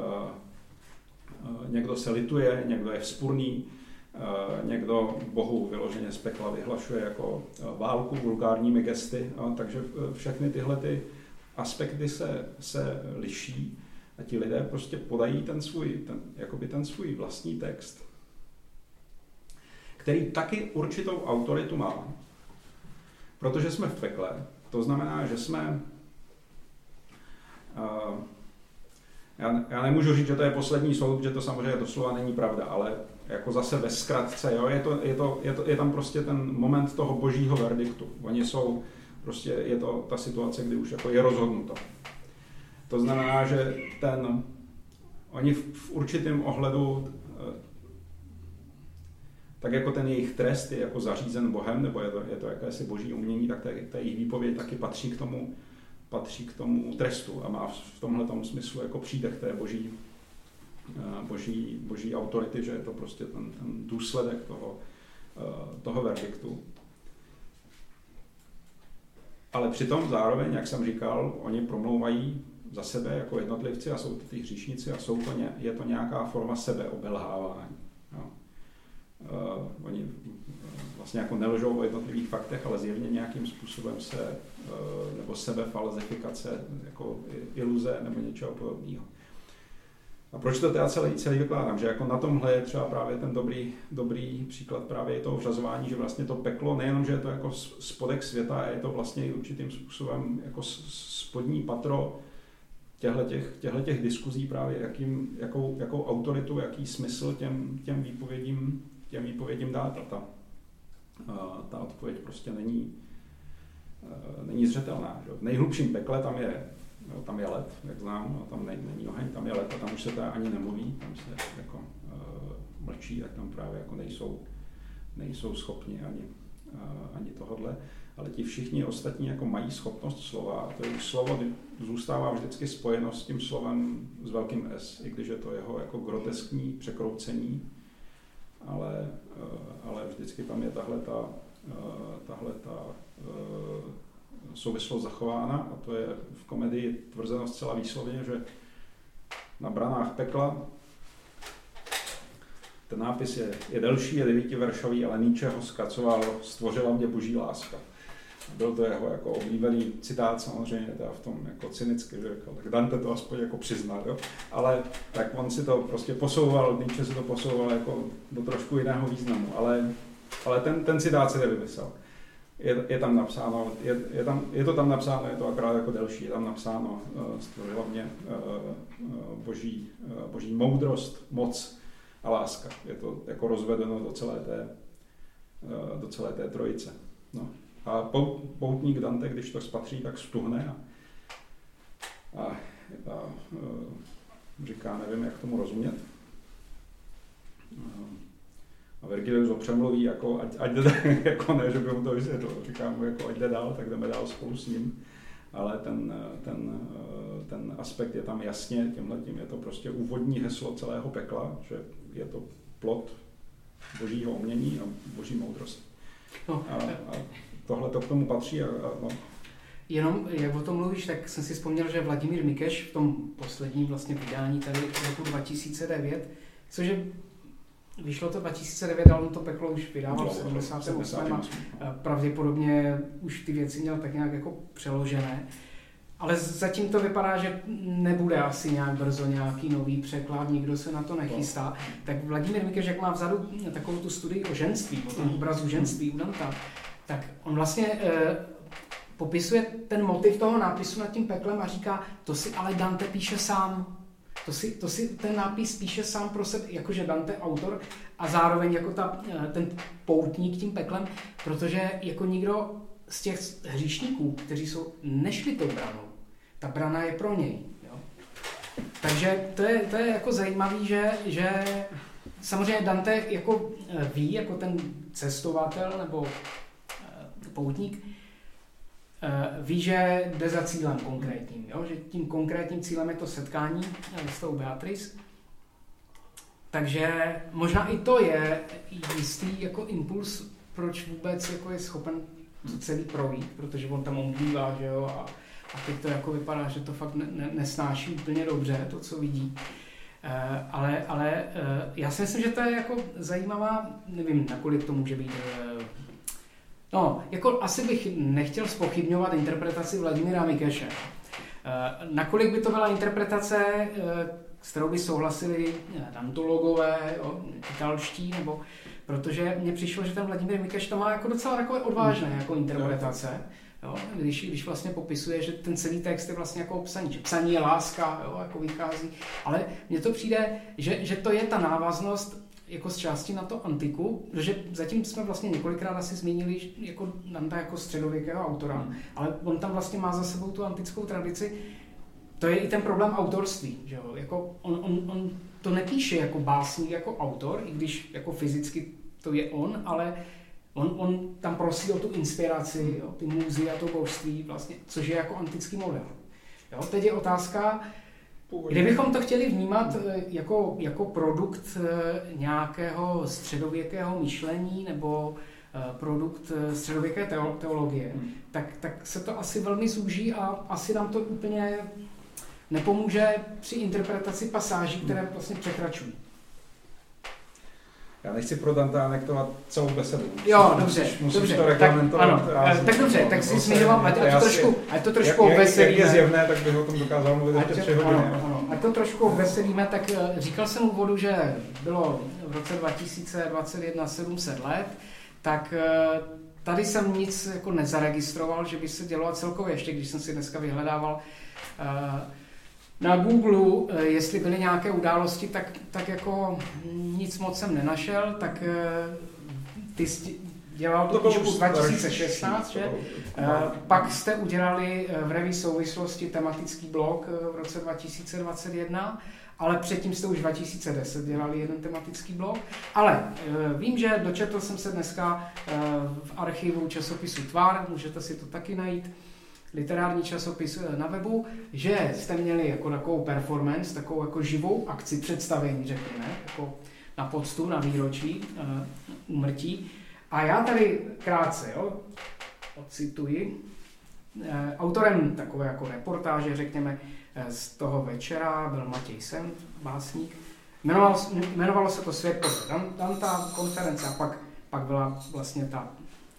e, někdo se lituje, někdo je vzpurný, e, někdo Bohu vyloženě z pekla vyhlašuje jako válku vulgárními gesty. Jo? Takže všechny tyhle ty aspekty se, se liší a ti lidé prostě podají ten svůj, ten, jakoby ten svůj vlastní text, který taky určitou autoritu má, protože jsme v pekle. To znamená, že jsme... Uh, já, já nemůžu říct, že to je poslední soud, že to samozřejmě doslova není pravda, ale jako zase ve zkratce, jo, je, to, je, to, je, to, je tam prostě ten moment toho božího verdiktu. Oni jsou Prostě je to ta situace, kdy už jako je rozhodnuto. To znamená, že ten, oni v, v určitém ohledu, tak jako ten jejich trest je jako zařízen Bohem, nebo je to, je to jakési boží umění, tak ta jejich výpověď taky patří k tomu, patří k tomu trestu a má v tomhletom smyslu jako přídech té boží, boží, boží autority, že je to prostě ten, ten důsledek toho, toho verdiktu. Ale přitom zároveň, jak jsem říkal, oni promlouvají za sebe jako jednotlivci a jsou to ty hříšníci a jsou to ně, je to nějaká forma sebeobelhávání. Jo. Uh, oni vlastně jako nelžou o jednotlivých faktech, ale zjevně nějakým způsobem se, uh, nebo sebefalzifikace, jako iluze nebo něčeho podobného. A proč to teda celý, celý vykládám? Že jako na tomhle je třeba právě ten dobrý, dobrý příklad právě toho vřazování, že vlastně to peklo, nejenom, že je to jako spodek světa, je to vlastně určitým způsobem jako spodní patro těchto těch diskuzí právě, jakým, jakou, jakou autoritu, jaký smysl těm, těm, výpovědím, těm výpovědím dát. A ta, ta odpověď prostě není, není zřetelná. Že? V nejhlubším pekle tam je Jo, tam je led, jak znám, no, tam není oheň, tam je led a tam už se to ani nemluví, tam se jako uh, mlčí, tak tam právě jako nejsou, nejsou schopni ani, uh, ani tohodle. Ale ti všichni ostatní jako mají schopnost slova a to je, slovo zůstává vždycky spojeno s tím slovem s velkým S, i když je to jeho jako groteskní překroucení, ale, uh, ale vždycky tam je tahle ta, uh, tahle ta uh, souvislost zachována a to je v komedii tvrzeno zcela výslovně, že na branách pekla ten nápis je, je delší, je devítiveršový, ale Nietzsche ho zkracoval, stvořila mě boží láska. byl to jeho jako oblíbený citát, samozřejmě teda v tom jako cynicky, že řekl, tak Dante to aspoň jako přiznal, jo? Ale tak on si to prostě posouval, Nietzsche si to posouval jako do trošku jiného významu, ale, ale ten, ten citát se nevymyslel. Je, je tam napsáno, je, je, tam, je to tam napsáno, je to akorát jako delší, je tam napsáno uh, hlavně uh, boží, uh, boží moudrost, moc a láska. Je to jako rozvedeno do celé té, uh, do celé té trojice. No. A poutník Dante, když to spatří, tak stuhne a, a, a, a říká, nevím, jak tomu rozumět. A Vergilius ho přemluví, jako, ať, ať jde, jako ne, že by mu to vysvětlil. Říká mu, jako, ať jde dál, tak jdeme dál spolu s ním. Ale ten, ten, ten aspekt je tam jasně, tímhletím je to prostě úvodní heslo celého pekla, že je to plod božího umění a boží moudrosti. No. A, a tohle to k tomu patří. A, a, no. Jenom, jak o tom mluvíš, tak jsem si vzpomněl, že Vladimír Mikeš v tom posledním vlastně vydání tady roku dva tisíce devět, cože vyšlo to dva tisíce devět, ale on to peklo už vydával v sedmdesátém osmém a pravděpodobně už ty věci měl tak nějak jako přeložené. Ale zatím to vypadá, že nebude asi nějak brzo nějaký nový překlad, nikdo se na to nechystá. Tak Vladimír Mikeš, jak má vzadu takovou tu studii o ženství, o tom obrazu ženství u Danta, tak on vlastně e, popisuje ten motiv toho nápisu nad tím peklem a říká, to si ale Dante píše sám. To si, to si ten nápis píše sám pro sebe, jakože Dante autor a zároveň jako ta, ten poutník tím peklem, protože jako nikdo z těch hříšníků, kteří jsou nešli tou branou, ta brana je pro něj. Jo? Takže to je, to je jako zajímavý, že, že samozřejmě Dante jako ví, jako ten cestovatel nebo poutník, ví, že jde za cílem konkrétním, jo? Že tím konkrétním cílem je to setkání s tou Beatrice. Takže možná i to je jistý jako impuls, proč vůbec jako je schopen to celý projít, protože on tam omdívá, že jo, a, a teď to jako vypadá, že to fakt ne, ne, nesnáší úplně dobře, to, co vidí. Uh, ale ale uh, já si myslím, že to je jako zajímavá, nevím, nakolik to může být. Uh, no, jako asi bych nechtěl zpochybňovat interpretaci Vladimíra Mikeše. Uh, nakolik by to byla interpretace, uh, s kterou by souhlasili dantologové, jo, italští, nebo protože mně přišlo, že ten Vladimír Mikeš to má jako docela takové odvážné jako interpretace, jo, když, když vlastně popisuje, že ten celý text je vlastně jako psaní, že psaní je láska, jo, jako vychází, ale mně to přijde, že, že to je ta návaznost jako z části na to antiku, protože zatím jsme vlastně několikrát asi zmínili jako Danta jako středověkého autora, hmm. ale on tam vlastně má za sebou tu antickou tradici. To je i ten problém autorství, že jo? Jako on, on, on to nepíše jako básník, jako autor, i když jako fyzicky to je on, ale on, on tam prosí o tu inspiraci, jo? Ty můzy a to božství, vlastně, což je jako antický model. Jo? Teď je otázka, kdybychom to chtěli vnímat jako, jako produkt nějakého středověkého myšlení nebo produkt středověké teologie, hmm. tak, tak se to asi velmi zúží a asi nám to úplně nepomůže při interpretaci pasáží, které vlastně překračují. Já nechci pro Danta anektovat celou besedu. Jo, dobře, musíš, musíš dobře. To reglamentovat. Tak, ano, tak dobře, tak si směřoval, ať to trošku, ať to trošku jak, obveselíme. Jak je zjevné, tak bych o tom dokázal mluvit ještě tři hodiny. Ano, ano, ať to trošku obveselíme, tak říkal jsem úvodu, že bylo v roce dva tisíce dvacet jedna sedm set let, tak tady jsem nic jako nezaregistroval, že by se dělo a celkově, ještě když jsem si dneska vyhledával na Google, jestli byly nějaké události, tak, tak jako nic moc jsem nenašel, tak ty dělal tu knížku dva tisíce šestnáct, že? Pak jste udělali v Revue souvislosti tematický blog v roce dva tisíce dvacet jedna, ale předtím jste už dva tisíce deset dělali jeden tematický blog. Ale vím, že dočetl jsem se dneska v archivu časopisu Tvar, můžete si to taky najít, literární časopis na webu, že jste měli jako takovou performance, takovou jako živou akci, představení, řekněme, jako na poctu, na výročí uh, úmrtí. A já tady krátce, jo, ocituji, uh, autorem takové jako reportáže, řekněme, z toho večera byl Matěj Sem, básník. Jmenovalo, jmenovalo se to Svět podle Danta, konference, a pak, pak byla vlastně ta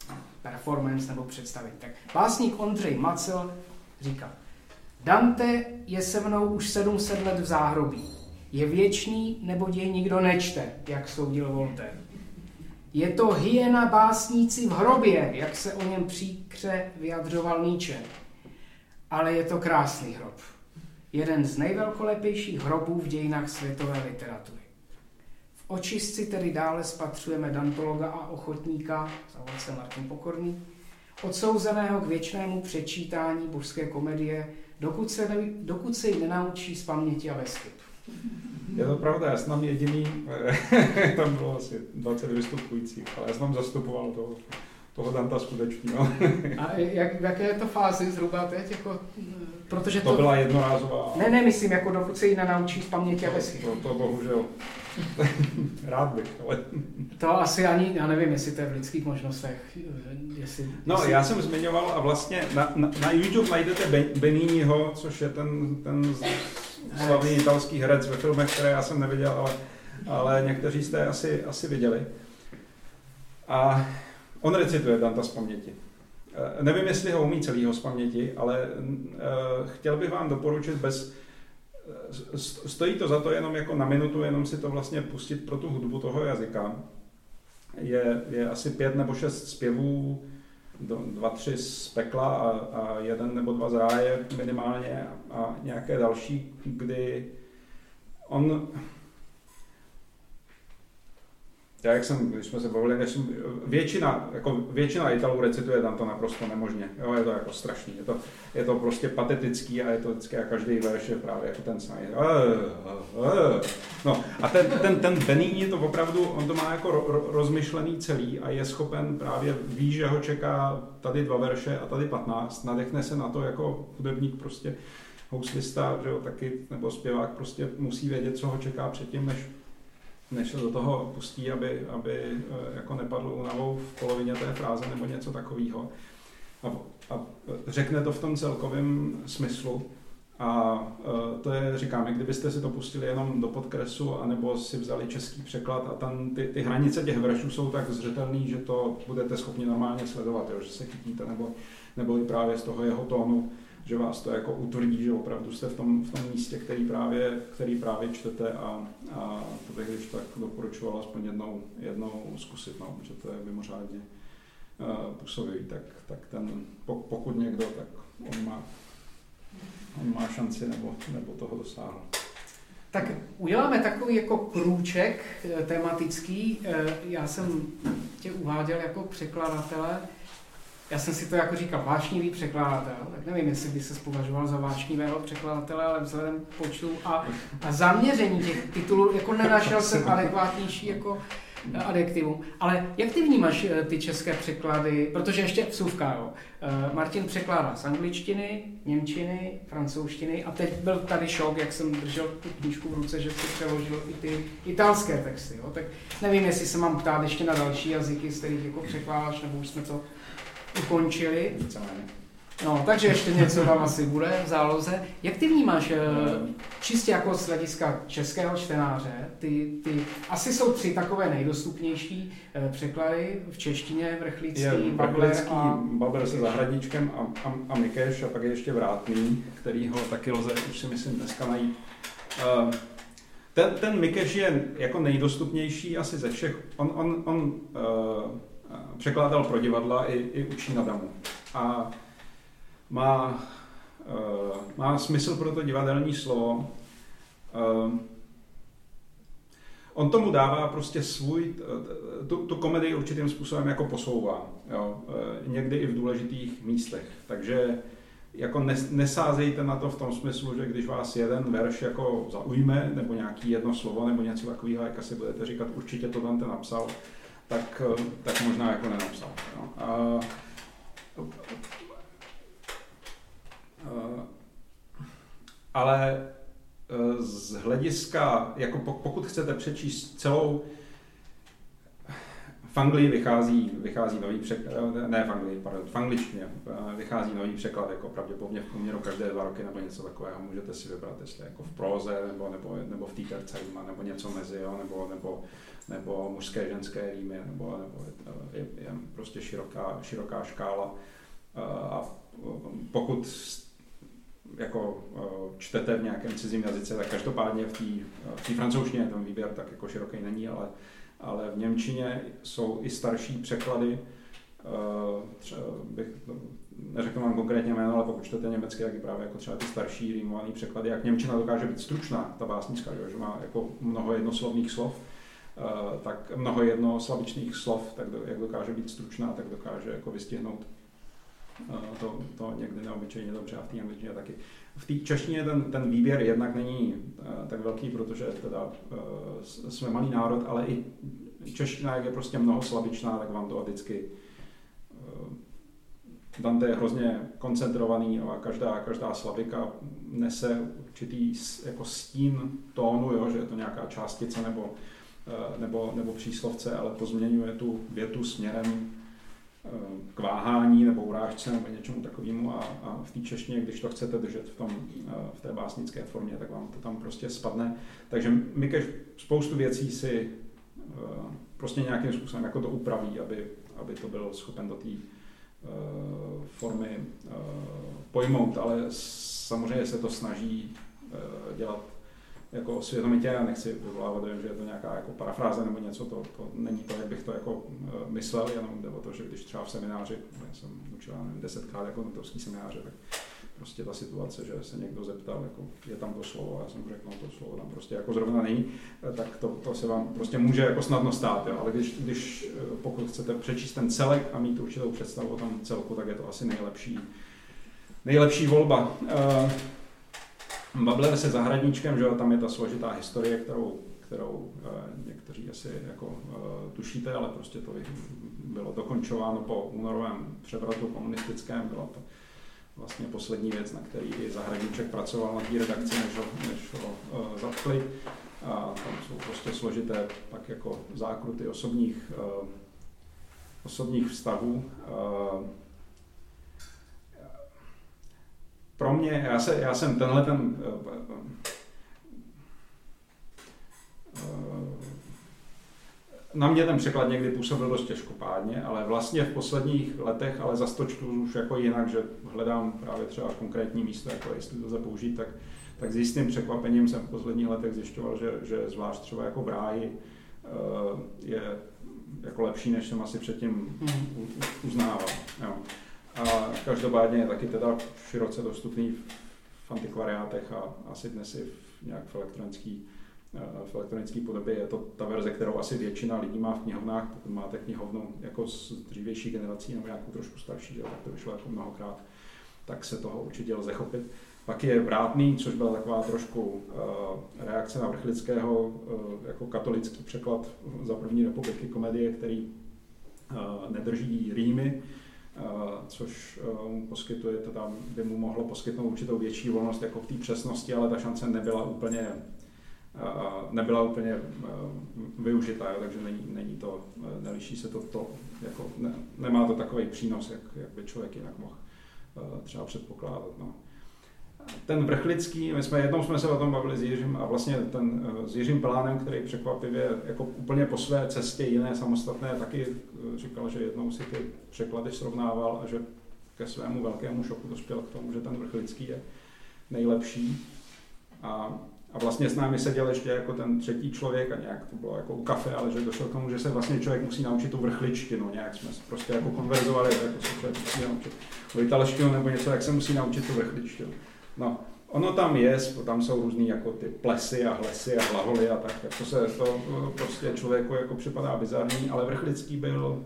performance nebo představení. Tak básník Ondřej Macel říká: Dante je se mnou už sedm set let v záhrobí. Je věčný, neboť jej nikdo nečte, jak soudil Voltaire. Je to hyena básníci v hrobě, jak se o něm příkře vyjadřoval Nietzsche. Ale je to krásný hrob. Jeden z nejvelkolepějších hrobů v dějinách světové literatury. V očistci tedy dále spatřujeme dantologa a ochotníka, zavolal se Martin Pokorný, odsouzeného k věčnému přečítání božské komedie, dokud se, ne, dokud se ji nenaučí z paměti a bez chyb. Je to pravda, já jsem tam jediný, tam bylo asi dvacet vystupujících, ale já jsem tam zastupoval toho, toho Danta skutečného. A jak, v jaké je to fázi zhruba teď? Jako, protože to, to byla jednorázová. Ne, ne, myslím, jako dokud se ji nenaučí z paměti a bez chyb. To, to, to bohužel. Rád bych, ale... To asi ani, já nevím, jestli to je v lidských možnostech. Jestli, no, jestli... já jsem zmiňoval a vlastně na, na, na YouTube najdete Beniniho, což je ten, ten slavný italský herec ve filmech, které já jsem neviděl, ale, ale někteří jste asi, asi viděli. A on recituje Danta z paměti. Nevím, jestli ho umí celýho z paměti, ale uh, chtěl bych vám doporučit bez... Stojí to za to jenom jako na minutu, jenom si to vlastně pustit pro tu hudbu toho jazyka. Je, je asi pět nebo šest zpěvů, dva, tři z pekla a, a jeden nebo dva z ráje minimálně a nějaké další, kdy on... Já, jak jsem, když jsme se bavili, jsem, většina, jako většina Italů recituje tam to naprosto nemožně. Jo, je to jako strašný, je to, je to prostě patetický a je to vždycky, a každý verš je právě jako ten samý. No a ten, ten, ten Benigni to opravdu, on to má jako ro, rozmyšlený celý a je schopen právě, ví, že ho čeká tady dva verše a tady patnáct, nadechne se na to jako hudebník prostě, houslista, že jo, taky, nebo zpěvák prostě musí vědět, co ho čeká předtím, než než se do toho pustí, aby, aby jako nepadl únavou v polovině té fráze nebo něco takového. A, a řekne to v tom celkovém smyslu. A to je, říkáme, kdybyste si to pustili jenom do podkresu, anebo si vzali český překlad a tam ty, ty hranice těch veršů jsou tak zřetelný, že to budete schopni normálně sledovat, jo, že se chytíte, nebo, nebo i právě z toho jeho tónu, že vás to jako utvrdí, že opravdu jste v tom, v tom místě, který právě, který právě čtete a, a to bych když tak doporučoval aspoň jednou, jednou zkusit, no, že to je mimořádně uh, působivý, tak, tak ten, pokud někdo, tak on má, on má šanci nebo, nebo toho dosáhnout. Tak uděláme takový jako krůček tematický. Já jsem tě uváděl jako překladatele. Já jsem si to jako říkal, vášnivý překladatel, tak nevím, jestli by se považoval za vášnivého překladatele, ale vzhledem k počtu a, a zaměření těch titulů, jako nenašel jsem adekvátnější jako adjektivum. Ale jak ty vnímáš ty české překlady, protože ještě vsuvka, jo. Martin překládá z angličtiny, němčiny, francouzštiny a teď byl tady šok, jak jsem držel tu knížku v ruce, že si přeložil i ty italské texty, jo. Tak nevím, jestli se mám ptát ještě na další jazyky, z kterých jako překládáš, nebo už jsme to ukončili. No, takže ještě něco tam asi bude v záloze. Jak ty vnímáš, čistě jako z hlediska českého čtenáře, ty, ty asi jsou tři takové nejdostupnější překlady v češtině, Vrchlický, Babler a... Babler se Zahradníčkem a, a, a Mikeš a pak je ještě Vrátný, který ho taky lze, už si myslím, dneska najít. Uh, ten, ten Mikeš je jako nejdostupnější asi ze všech. On, on, on uh, překládal pro divadla i, i učí na damu. A má, uh, má smysl pro to divadelní slovo. Uh, on tomu dává prostě svůj, tu, tu komedii určitým způsobem jako posouvá. Jo? Uh, někdy i v důležitých místech. Takže jako nes, nesázejte na to v tom smyslu, že když vás jeden verš jako zaujme, nebo nějaký jedno slovo, nebo něco takového, jak asi budete říkat, určitě to Dante napsal, tak, tak možná jako nenapsal. No. A, a, ale z hlediska, jako pokud chcete přečíst celou, v Anglii vychází, vychází nový překlad, ne v Anglii, pardon, v angličtině vychází nový překlad, jako pravděpodobně v průměru každé dva roky nebo něco takového, můžete si vybrat, jestli jako v próze, nebo, nebo, nebo v té tercajma, nebo něco mezi, jo, nebo, nebo nebo mužské, ženské rýmy, nebo, nebo je, je, je prostě prostě široká, široká škála. A pokud jako čtete v nějakém cizím jazyce, tak každopádně v té francouzštině ten výběr tak jako široký není, ale, ale v němčině jsou i starší překlady. Třeba bych, neřeknu vám konkrétně jméno, ale pokud čtete německy, tak i právě jako třeba ty starší rýmované překlady, jak němčina dokáže být stručná, ta básnická, že má jako mnoho jednoslovných slov, tak mnoho jednoslabičných slov, tak do, jak dokáže být stručná, tak dokáže jako vystihnout to, to někdy neobyčejně dobře, a v té angličtině taky. V té češtině ten, ten výběr jednak není tak velký, protože teda jsme malý národ, ale i čeština, jak je prostě mnoho slabičná, tak vám to vždycky Dante je hrozně koncentrovaný a každá, každá slavika nese určitý jako stín tónu, jo, že je to nějaká částice nebo, nebo, nebo příslovce, ale pozměňuje tu větu směrem k váhání nebo urážce nebo něčemu takovému a, a v té češtině, když to chcete držet v, tom, v té básnické formě, tak vám to tam prostě spadne. Takže Mikeš spoustu věcí si prostě nějakým způsobem jako to upraví, aby, aby to byl schopen do té formy pojmout, ale samozřejmě se to snaží dělat jako svědomitě. Já nechci vyvolávat, že je to nějaká jako parafráze nebo něco, to, to není to, jak bych to jako myslel, jenom jde o to, že když třeba v semináři, já jsem učil nevím, desetkrát jako notovský semináře, tak prostě ta situace, že se někdo zeptal, jako je tam to slovo, já jsem řekl, no to slovo tam prostě jako zrovna není, tak to, to se vám prostě může jako snadno stát, jo. Ale když, když pokud chcete přečíst ten celek a mít určitou představu o tom celku, tak je to asi nejlepší, nejlepší volba. Babler se zahradníčkem, že tam je ta složitá historie, kterou, kterou někteří asi jako tušíte, ale prostě to bylo dokončováno po únorovém převratu komunistickém, byla to vlastně poslední věc, na který i Zahradníček pracoval na té redakci, než ho, než ho uh, zatkli. A tam jsou prostě složité pak jako zákruty osobních, uh, osobních vztahů. Uh, pro mě, já, se, já jsem tenhle ten uh, uh, na mě ten překlad někdy působil dost těžkopádně, ale vlastně v posledních letech, ale zas to čtu už jako jinak, že hledám právě třeba konkrétní místo, jako jestli to lze použít, tak, tak s jistým překvapením jsem v posledních letech zjišťoval, že, že zvlášť třeba jako v ráji uh, je jako lepší, než jsem asi předtím uznával. Jo. A každopádně je taky teda široce dostupný v antikvariátech a asi dnes i v nějak v elektronický v elektronické podobě. Je to ta verze, kterou asi většina lidí má v knihovnách. Pokud máte knihovnu jako z dřívější generací nebo nějakou trošku starší, tak to vyšlo jako mnohokrát, tak se toho určitě lze chopit. Pak je Vrátný, což byla taková trošku uh, reakce na Vrchlického, uh, jako katolický překlad za první republiky komedie, který uh, nedrží rýmy, uh, což mu uh, poskytuje, teda by mu mohlo poskytnout určitou větší volnost jako v té přesnosti, ale ta šance nebyla úplně nebyla úplně využitá, takže není, není to, neliší se to, to jako ne, nemá to takový přínos, jak, jak by člověk jinak mohl třeba předpokládat. No. Ten Vrchlický, my jsme jednou jsme se o tom bavili s Jiřím a vlastně ten s Jiřím Pelánem, který překvapivě jako úplně po své cestě jiné samostatné, taky říkal, že jednou si ty překlady srovnával a že ke svému velkému šoku dospěl k tomu, že ten Vrchlický je nejlepší. A A vlastně s námi seděl ještě jako ten třetí člověk a nějak to bylo jako u kafe, ale že došel k tomu, že se vlastně člověk musí naučit tu vrchličtinu, nějak jsme prostě jako konverzovali, jako se člověk musí naučit o italštinu nebo něco, jak se musí naučit tu vrchličtinu. No, ono tam je, tam jsou různý jako ty plesy a hlesy a hlaholy a tak, jako se to prostě člověku jako připadá bizarní, ale Vrchlický byl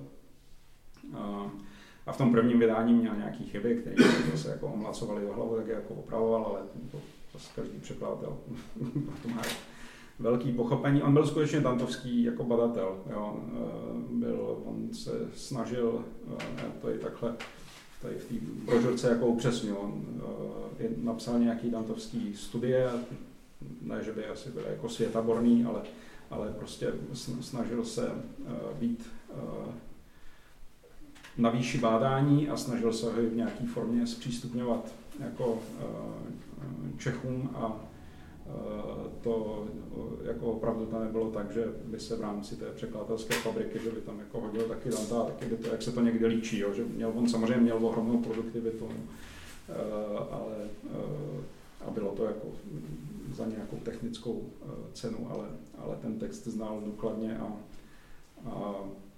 a v tom prvním vydání měl nějaký chyby, které se jako omlacovali do hlavu, tak je jako opravoval, ale to každý překladatel to má velký pochopení. On byl skutečně dantovský jako badatel. Jo. Byl, on se snažil, to je takhle, tady v té brožurce jako upřesnil, on napsal nějaký dantovský studie, ne, že by asi byl jako světaborný, ale, ale prostě snažil se být na výši bádání a snažil se ho v nějaké formě zpřístupňovat jako Čechům a to jako opravdu to nebylo tak, že by se v rámci té překladatelské fabriky, že by tam jako hodil taky Danta, taky by to, jak se to někdy líčí, jo, že měl, on samozřejmě měl ohromnou produktivitu, ale a bylo to jako za nějakou technickou cenu, ale, ale ten text znal důkladně a, a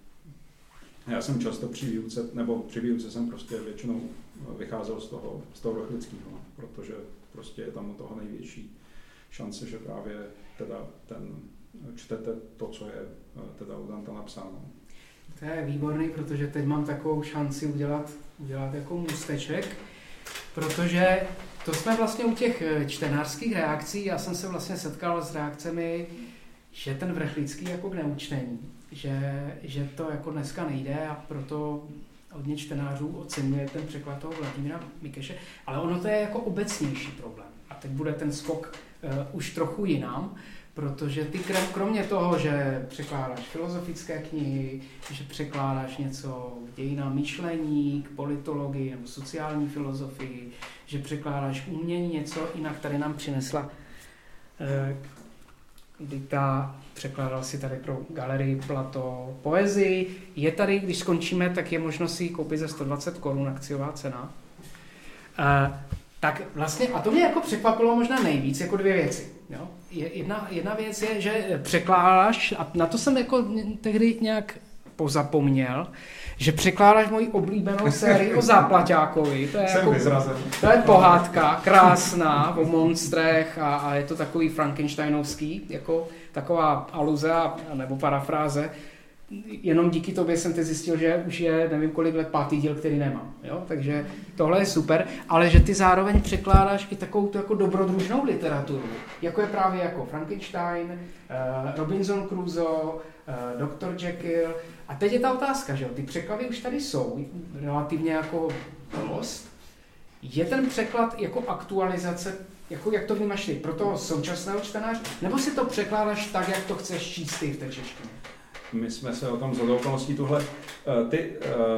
já jsem často při výuce, nebo při výuce jsem prostě většinou vycházel z toho, z toho Rochlického, protože prostě je tam u toho největší šance, že právě teda ten, čtete to, co je teda u Danta napsáno. To je výborný, protože teď mám takovou šanci udělat, udělat jako můsteček, protože to jsme vlastně u těch čtenářských reakcí, já jsem se vlastně setkal s reakcemi, že ten Vrchlický jako k neučtení, že, že to jako dneska nejde a proto hodně čtenářů oceňuje ten překlad toho Vladimíra Mikeše, ale ono to je jako obecnější problém. A teď bude ten skok uh, už trochu jinam, protože ty kromě toho, že překládáš filozofické knihy, že překládáš něco k dějinám myšlení, k politologii nebo sociální filozofii, že překládáš umění, něco, jinak tady nám přinesla uh, Dita, překládal si tady pro galerii Plato poezii. Je tady, když skončíme, tak je možnost si ji koupit za sto dvacet korun, akciová cena. Uh, tak vlastně, a to mě jako překvapilo možná nejvíc, jako dvě věci. Jo? Jedna, jedna věc je, že překládáš, a na to jsem jako tehdy nějak pozapomněl, že překládáš moji oblíbenou sérii o Záplaťákovi. To je, jako, to je pohádka, krásná, o monstrech a, a je to takový frankensteinovský, jako taková aluze a, nebo parafráze. Jenom díky tobě jsem teď zjistil, že už je nevím kolik let pátý díl, který nemám. Jo? Takže tohle je super, ale že ty zároveň překládáš i takovou tu jako dobrodružnou literaturu, jako je právě jako Frankenstein, uh, Robinson Crusoe, uh, doktor Jekyll. A teď je ta otázka, že jo? Ty překlady už tady jsou, relativně jako dost. Je ten překlad jako aktualizace, jako jak to vnímáš ty, pro toho současného čtenáře, nebo si to překládáš tak, jak to chceš číst ty v té češtině? My jsme se o tom shodou okolností tuhle, ty,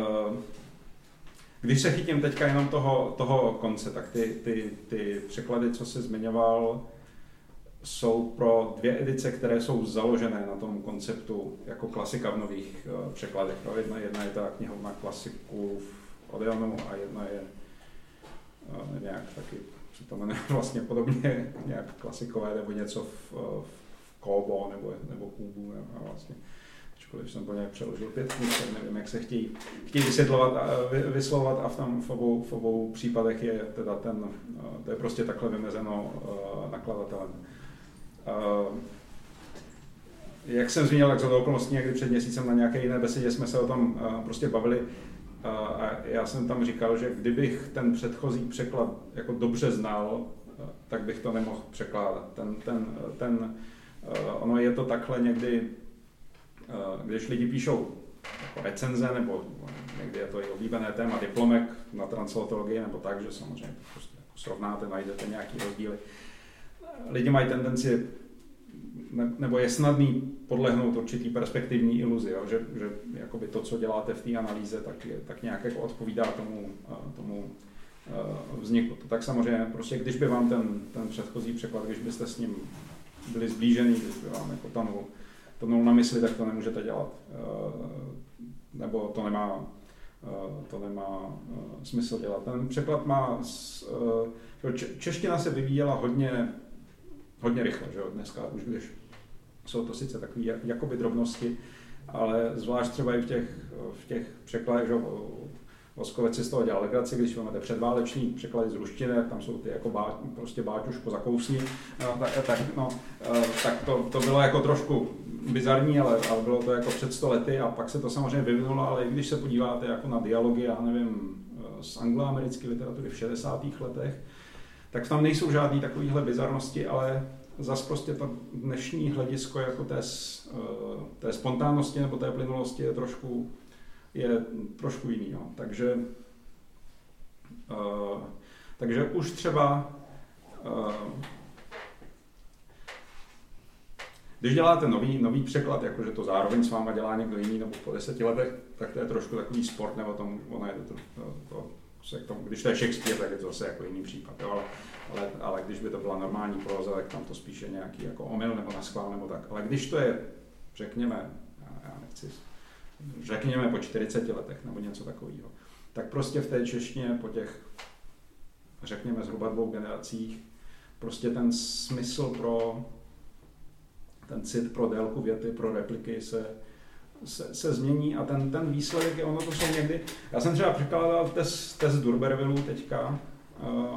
když se chytím teďka jenom toho, toho konce, tak ty, ty, ty překlady, co jsi zmiňoval, jsou pro dvě edice, které jsou založené na tom konceptu jako klasika v nových překladech. Jedna, jedna je ta knihovna klasiků v Odeonu a jedna je nějak taky, se to jmenuje vlastně podobně, nějak klasikové nebo něco v, v Kobo nebo, nebo Kubu a vlastně. Ačkoliv jsem to nějak přeložil pět knih, tak nevím, jak se chtějí, chtějí vysvětlovat a vyslovovat a v, tam v, obou, v obou případech je teda ten, to je prostě takhle vymezeno nakladatelem. Jak jsem zmínil, tak za okolností někdy před měsícem na nějaké jiné besedě jsme se o tom prostě bavili a já jsem tam říkal, že kdybych ten předchozí překlad jako dobře znal, tak bych to nemohl překládat. Ten, ten, ten, ono je to takhle někdy, když lidi píšou jako recenze, nebo někdy je to i oblíbené téma diplomek na translatologii, nebo tak, že samozřejmě prostě jako srovnáte, najdete nějaký rozdíly. Lidi mají tendenci, nebo je snadný podlehnout určitý perspektivní iluzi, jo? Že, že jakoby to, co děláte v té analýze, tak, je, tak nějak jako odpovídá tomu, tomu vzniku. Tak samozřejmě, prostě, když by vám ten, ten předchozí překlad, když byste s ním byli zblížený, když by vám jako tanul, tanul na mysli, tak to nemůžete dělat. Nebo to nemá, to nemá smysl dělat. Ten překlad má, čeština se vyvíjela hodně, hodně rychle, že jo? Dneska už když jsou to sice takové jakoby drobnosti, ale zvlášť třeba i v těch, v těch překladech, že Voskovec si z toho dělal legraci, když máte předváleční překlady z ruštiny, tam jsou ty jako bá, prostě báťuško zakousní, no, tak, tak, no, tak to, to bylo jako trošku bizarní, ale, ale bylo to jako před sto lety a pak se to samozřejmě vyvinulo, ale i když se podíváte jako na dialogy, já nevím, z angloamerické literatury v šedesátých letech, tak tam nejsou žádný takovýhle bizarnosti, ale zas prostě to dnešní hledisko jako té, té spontánnosti nebo té plynulosti je trošku je trošku jiný. No. Takže, uh, takže už třeba, uh, když děláte nový, nový překlad, jakože to zároveň s váma dělá někdo jiný nebo po deseti letech, tak to je trošku takový sport, nebo tomu, ono je to, to, to se k tomu, když to je Shakespeare, tak je to zase jako jiný případ, jo, ale, ale, ale když by to byla normální próza, tak tam to spíše nějaký jako omyl nebo naschvál nebo tak. Ale když to je, řekněme, já, já nechci, řekněme po čtyřiceti letech nebo něco takového, tak prostě v té češtině po těch, řekněme, zhruba dvou generacích, prostě ten smysl pro, ten cit pro délku věty, pro repliky se, se, se změní a ten, ten výsledek je, ono to jsou někdy, já jsem třeba překládal test, test D'Urbervillu teďka uh,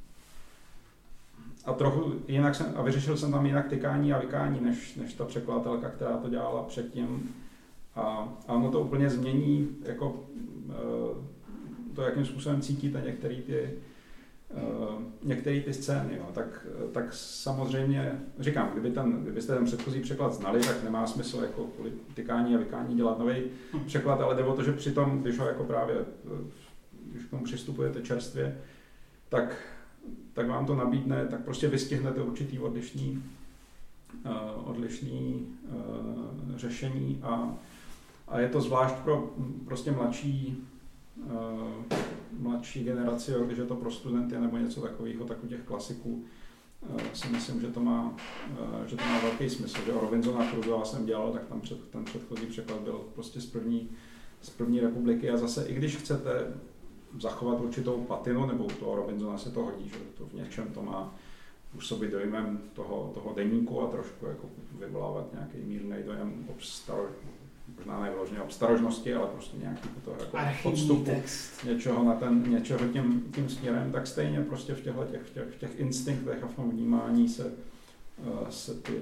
a trochu jinak jsem, a vyřešil jsem tam jinak tykání a vykání, než, než ta překladatelka, která to dělala předtím a, a ono to úplně změní, jako uh, to, jakým způsobem cítíte některé ty Uh, některé ty scény, jo, tak, tak samozřejmě, říkám, kdyby ten, kdybyste ten předchozí překlad znali, tak nemá smysl jako kvůli tykání a vykání dělat nový překlad, ale jde o to, že přitom, když ho jako právě, když k tomu přistupujete čerstvě, tak, tak vám to nabídne, tak prostě vystihnete určitý odlišný, uh, odlišný uh, řešení a, a je to zvlášť pro prostě mladší Uh, mladší generaci, jo, když je to pro studenty nebo něco takového, tak u těch klasiků uh, si myslím, že to má, uh, že to má velký smysl. Že? Robinsona Crusoe jsem dělal, tak tam před, ten předchozí překlad byl prostě z první, z první republiky a zase i když chcete zachovat určitou patinu, nebo u toho Robinsona se to hodí, že to v něčem to má působit dojmem toho, toho deníku a trošku jako vyvolávat nějaký mírný dojem obstarosti, možná ne vložně obstarožnosti, ale prostě nějaký to jako podstupu něčeho, na ten, něčeho tím, tím směrem, tak stejně prostě v, těchto těch, v, těch, v těch instinktech a v tom vnímání se, se ty,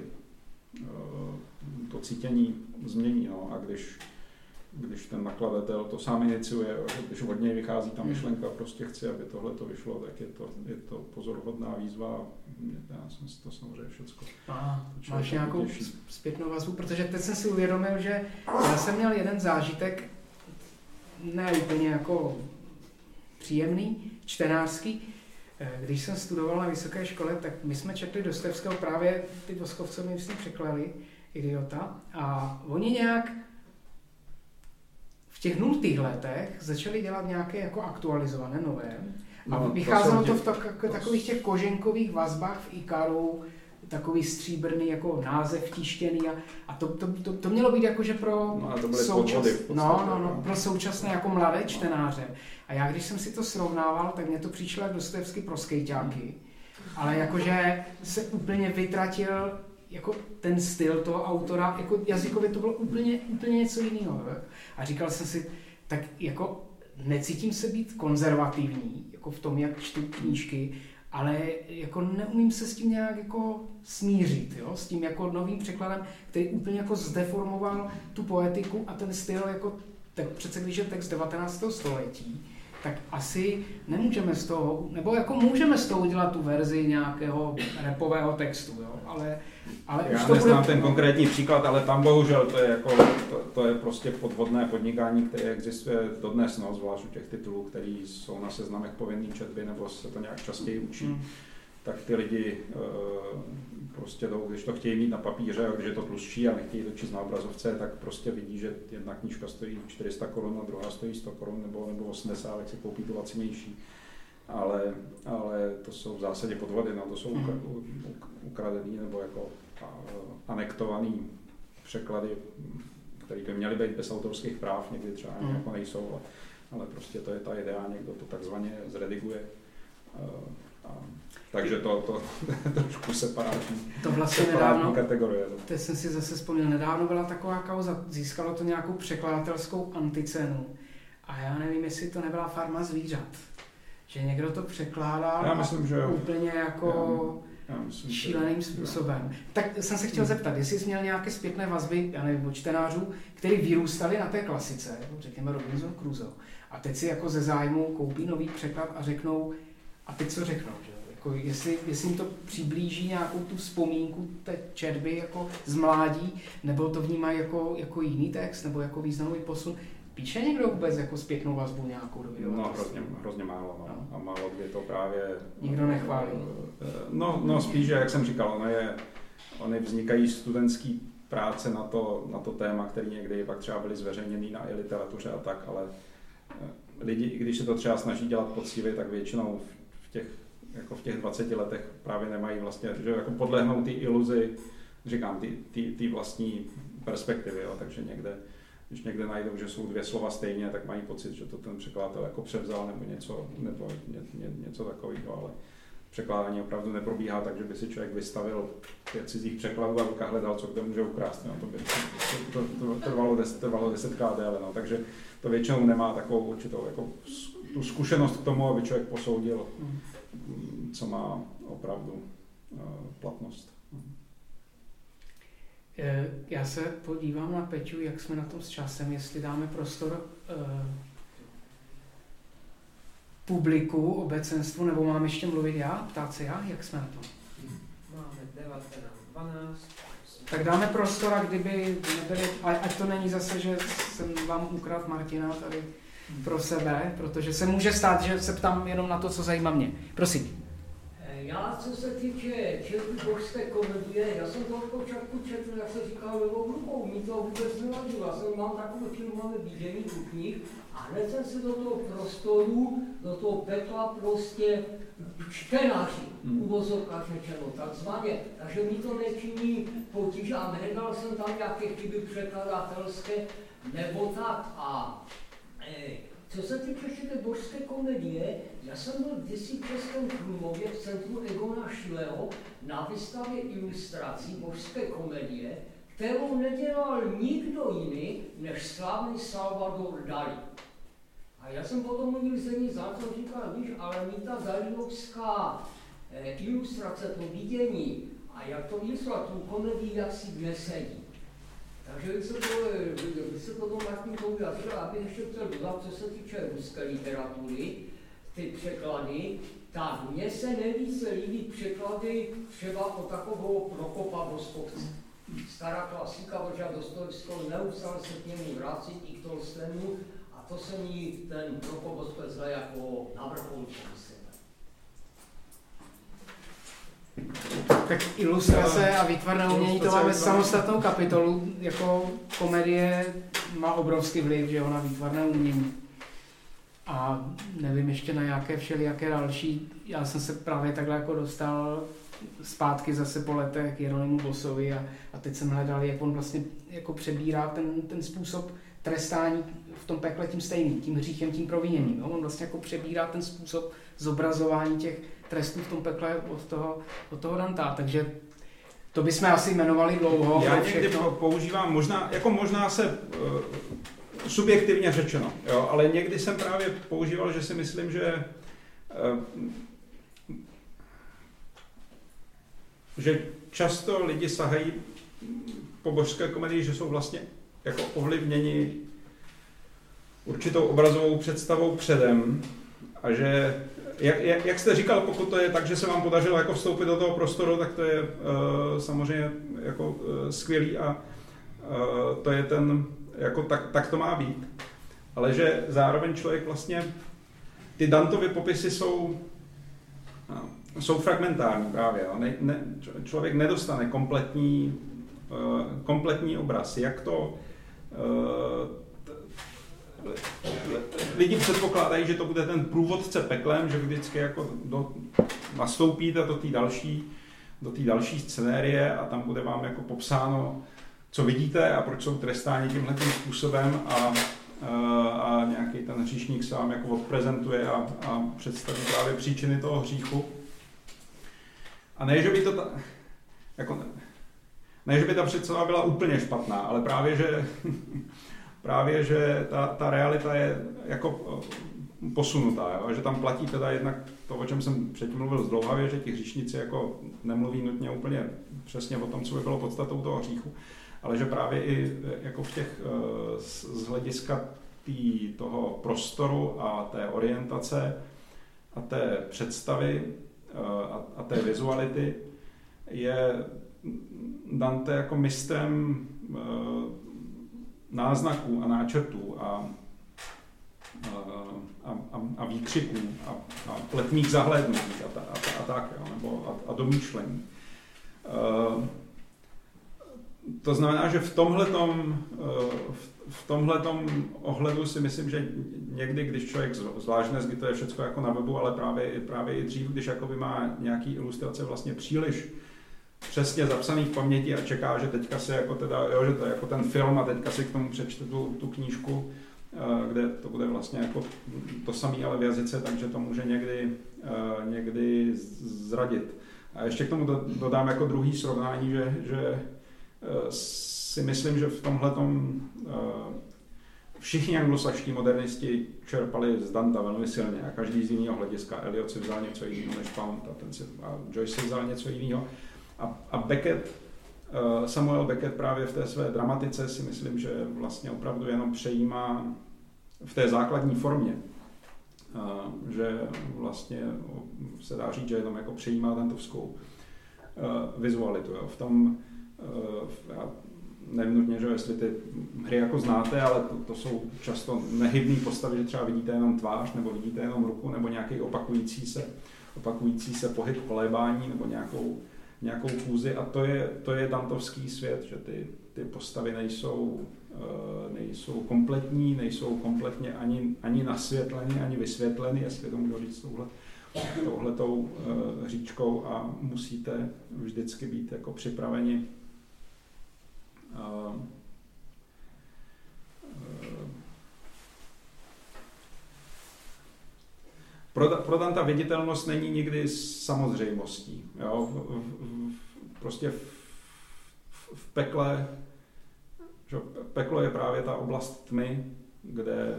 to cítění změní. No. A když, když ten nakladatel to sám iniciuje, když od něj vychází ta myšlenka, prostě chci, aby tohle to vyšlo, tak je to, je to pozoruhodná výzva. Já jsem si to samozřejmě všecko. Aha, máš nějakou těší. Zpětnou vazbu, protože teď jsem si uvědomil, že já jsem měl jeden zážitek, ne úplně jako příjemný, čtenářský. Když jsem studoval na vysoké škole, tak my jsme četli Dostojevského, právě ty Voskovce mi myslím překlali, Idiota, a oni nějak v těch nultých letech začali dělat nějaké jako aktualizované nové. A no, vycházelo to, to v tak, to takových těch koženkových vazbách v Ikaru, takový stříbrný jako název tištěný a, a to, to, to, to mělo být jakože pro, no, součas, no, no, no, pro současné jako mladé čtenáře. A já když jsem si to srovnával, tak mě to přišlo jak Dostojevský pro skejťáky, ale jakože se úplně vytratil jako ten styl toho autora, jako jazykově to bylo úplně, úplně něco jiného. A říkal jsem si, tak jako necítím se být konzervativní, jako v tom, jak čtu knížky, ale jako neumím se s tím nějak jako smířit, jo? S tím jako novým překladem, který úplně jako zdeformoval tu poetiku a ten styl, jako, tak přece když je text devatenáctého století, tak asi nemůžeme z toho, nebo jako můžeme z toho udělat tu verzi nějakého rapového textu, jo? ale Ale já neznám bude... ten konkrétní příklad, ale tam bohužel to je, jako, to, to je prostě podvodné podnikání, které existuje dodnes, no, zvlášť u těch titulů, které jsou na seznamech povinný četby, nebo se to nějak častěji učí, mm. tak ty lidi uh, prostě jdou, když to chtějí mít na papíře, a když je to tlustší a nechtějí to číst na obrazovce, tak prostě vidí, že jedna knížka stojí čtyři sta korun a druhá stojí sto korun nebo, nebo osmdesát, tak si koupí tu lacinější. Ale, ale to jsou v zásadě podvody, no, to jsou mm. ukradený nebo jako anektovaný překlady, které by měly být bez autorských práv, někdy třeba mm. jako nejsou, ale, ale prostě to je ta idea, někdo to takzvaně zrediguje. A, takže to, to trošku separátní, to vlastně separátní nedávno, kategorie. To jsem si zase vzpomněl, nedávno byla taková kauza, získalo to nějakou překladatelskou anticenu a já nevím, jestli to nebyla Farma zvířat, že někdo to překládal já myslím, že úplně jako já, já myslím, šíleným že, způsobem. Jo. Tak jsem se chtěl zeptat, jestli jsi měl nějaké zpětné vazby, já nevím, od čtenářů, kteří vyrůstali na té klasice, řekněme Robinson Crusoe, a teď si jako ze zájmu koupí nový překlad a řeknou, a teď co řeknou, že? Jako jestli, jestli jim to přiblíží nějakou tu vzpomínku té četby jako z mládí, nebo to vnímají jako, jako jiný text, nebo jako významový posun. Píše někdo vůbec jako zpětnou vazbu nějakou do video? No, hrozně, hrozně málo, no. No. A málo kdy to právě... Nikdo nechválí. No, no spíš, jak jsem říkal, ono je, ony vznikají studentský práce na to, na to téma, které někdy pak třeba byly zveřejněný na i literatuře a tak, ale, lidi, i když se to třeba snaží dělat poctivě, tak většinou v těch, jako v těch dvaceti letech právě nemají vlastně, že jako podlehnou ty iluzi, říkám, ty, ty, ty vlastní perspektivy, jo, takže někde, když někde najdou, že jsou dvě slova stejně, tak mají pocit, že to ten překladatel jako převzal nebo něco, nebo ně, ně, něco takového, ale překládání opravdu neprobíhá tak, že by si člověk vystavil pět cizích překladů a ruka hledal, co kde může ukrást. No, to by to, to, to trvalo, des, trvalo desetkrát déle, no, takže to většinou nemá takovou určitou jako, tu zkušenost k tomu, aby člověk posoudil, co má opravdu uh, platnost. Já se podívám na Peťu, jak jsme na tom s časem, jestli dáme prostor uh, publiku, obecenstvu, nebo mám ještě mluvit já, ptát se já, jak jsme na tom? Máme devatenáct dvanáct. Tak dáme prostor, a kdyby nebyli, ať to není zase, že jsem vám ukradl Martina tady pro sebe, protože se může stát, že se ptám jenom na to, co zajímá mě. Prosím. Já, co se týče četby božské komedie, já jsem to od počátku četl, jak se říká, levou rukou, mi to vůbec nevadilo. Já jsem mám takové filmové vidění u knih a hned jsem se do toho prostoru, do toho pekla prostě čtenáři, v uvozovkách řečeno, takzvaně. Takže mi to nečiní potíže a nehledal jsem tam nějaké chyby překladatelské nebo tak. A eh, co se týče ještě té božské komedie, já jsem byl kdysi v Českém Krumlově v centru Egona Schieleho na výstavě ilustrací božské komedie, kterou nedělal nikdo jiný než slavný Salvador Dali. A já jsem potom mluvil z jedním zácem, říkal, víš, ale mi ta Daliovská eh, ilustrace, to vidění a jak to ilustrovat, tu komedii jaksi nesedí. Takže bych se to, bych se potom Martin to vyjadřil, abych ještě chtěl dodat, co se týče ruské literatury, ty překlady, tak mně se nejvíce líbí překlady třeba o takového Prokopa Voskovce. Stará klasika, protože Dostojevského neustále se k němu vracit i k Tolstému a to se mi ten Prokop Voskovec zdá jako na vrcholku sebe. Tak ilustrace a výtvarné umění, to máme samostatnou kapitolu, jako komedie má obrovský vliv, že jo, na výtvarné umění. A nevím ještě na jaké všelijaké další, já jsem se právě takhle jako dostal zpátky zase po letech k Jeronymu Bossovi a, a teď jsem hledal, jak on vlastně jako přebírá ten, ten způsob trestání v tom pekle tím stejným, tím hříchem, tím proviněním. Jo? On vlastně jako přebírá ten způsob zobrazování těch trestů v tom pekle od toho, od toho Danta, takže to bychom asi jmenovali dlouho. Já někdy používám, možná, jako možná se uh, subjektivně řečeno, jo, ale někdy jsem právě používal, že si myslím, že uh, že často lidi sahají po božské komedii, že jsou vlastně jako ovlivněni určitou obrazovou představou předem a že Jak, jak, jak jste říkal, pokud to je tak, že se vám podařilo jako vstoupit do toho prostoru, tak to je uh, samozřejmě jako uh, skvělý a uh, to je ten, jako tak, tak to má být. Ale že zároveň člověk vlastně, ty Dantovy popisy jsou, no, jsou fragmentární právě. Jo. Ne, ne, člověk nedostane kompletní, uh, kompletní obraz. Jak to uh, lidi předpokládají, že to bude ten průvodce peklem, že vždycky jako do, nastoupíte do té další, do té další scenérie a tam bude vám jako popsáno, co vidíte a proč jsou trestáni tímhle tím způsobem a, a, a nějaký ten hříšník se vám jako odprezentuje a, a představí právě příčiny toho hříchu. A ne, že by to ta, jako, ne, že by ta představa byla úplně špatná, ale právě, že Právě, že ta, ta realita je jako posunutá, jo? Že tam platí teda jednak to, o čem jsem předtím mluvil zdlouhavě, že ti hříšníci jako nemluví nutně úplně přesně o tom, co by bylo podstatou toho hříchu, ale že právě i jako v těch, z, z hlediska tý, toho prostoru a té orientace a té představy a, a té vizuality je Dante jako mistrem náznaků a náčrtů a, a, a, a výkřiků a, a letních zahlédnutí a, ta, a, ta, a tak, jo, nebo a, a domýšlení. to znamená, že v tomhletom, v tomhletom ohledu si myslím, že někdy, když člověk, zvlášť dnes, kdy to je všechno jako na webu, ale právě, právě i dřív, když jakoby má nějaký ilustrace vlastně příliš přesně zapsaný v paměti a čeká, že teďka si jako teda, jo, že to je jako ten film a teďka si k tomu přečte tu, tu knížku, kde to bude vlastně jako to samé, ale v jazyce, takže to může někdy, někdy zradit. A ještě k tomu dodám jako druhý srovnání, že, že si myslím, že v tomhletom všichni anglosaští modernisti čerpali z Danta velmi silně a každý z jiného hlediska. Eliot si vzal něco jiného než Pound a, ten si, a Joyce si vzal něco jiného. A, a Beckett, Samuel Beckett právě v té své dramatice si myslím, že vlastně opravdu jenom přejímá v té základní formě, že vlastně se dá říct, že jenom jako přejímá dantovskou vizualitu. Jo. V tom, já nevím nutně, že jestli ty hry jako znáte, ale to, to jsou často nehybné postavy, že třeba vidíte jenom tvář, nebo vidíte jenom ruku, nebo nějaký opakující se, opakující se pohyb kolébání, nebo nějakou, nějakou fúzi. A to je, to je dantovský svět, že ty, ty postavy nejsou, nejsou kompletní, nejsou kompletně ani, ani nasvětleny, ani vysvětleny, jestli to můžu říct touhle, touhletou uh, říčkou a musíte vždycky být jako připraveni uh, uh, pro, pro Danta viditelnost není nikdy samozřejmostí. Jo? V, v, prostě v, v pekle, že peklo je právě ta oblast tmy, kde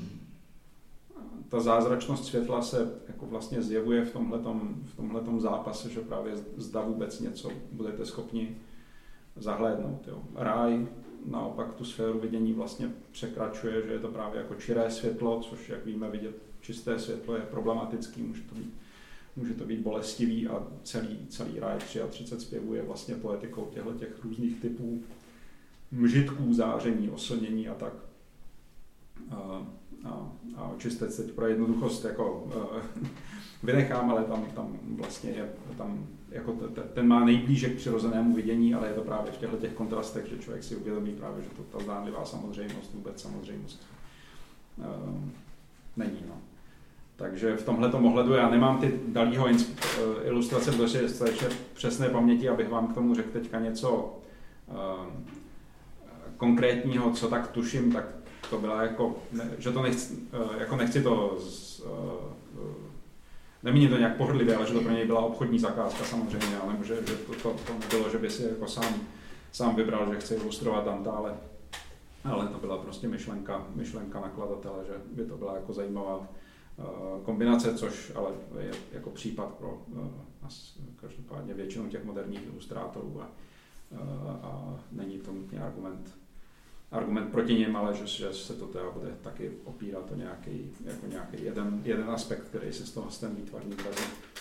ta zázračnost světla se jako vlastně zjevuje v tomhletom, v tomhletom zápase, že právě zda vůbec něco budete schopni zahlédnout. Jo. Ráj naopak tu sféru vidění vlastně překračuje, že je to právě jako čiré světlo, což, jak víme, vidět čisté světlo je problematický, může to být, může to být bolestivý a celý, celý ráj třicet tři zpěvů je vlastně poetikou těchto těch různých typů mžitků, záření, oslnění a tak. A, a, a čistec teď pro jednoduchost jako uh, vynechám, ale tam, tam vlastně je, tam jako t, ten má nejblíže k přirozenému vidění, ale je to právě v těchto těch kontrastech, že člověk si uvědomí právě, že to ta zdánlivá samozřejmost vůbec samozřejmost uh, není. No. Takže v tomhletom ohledu já nemám ty Dalího ilustrace v dostatečně přesné paměti, abych vám k tomu řekl teďka něco uh, konkrétního, co tak tuším, tak to byla jako, ne, že to nechci, jako nechci to, z, uh, nemíním to nějak pohrdlivě, ale že to pro něj byla obchodní zakázka samozřejmě, ale že, že to, to, to nebylo, že by si jako sám, sám vybral, že chce ilustrovat Danta, ale, ale to byla prostě myšlenka, myšlenka nakladatele, že by to byla jako zajímavá uh, kombinace, což ale je jako případ pro uh, každopádně většinu těch moderních ilustrátorů a, uh, a není to nutně argument argument proti něm, ale že, že se to teda bude taky opírat o nějaký, jako nějaký jeden, jeden aspekt, který se z toho ten výtvarný vyrazí.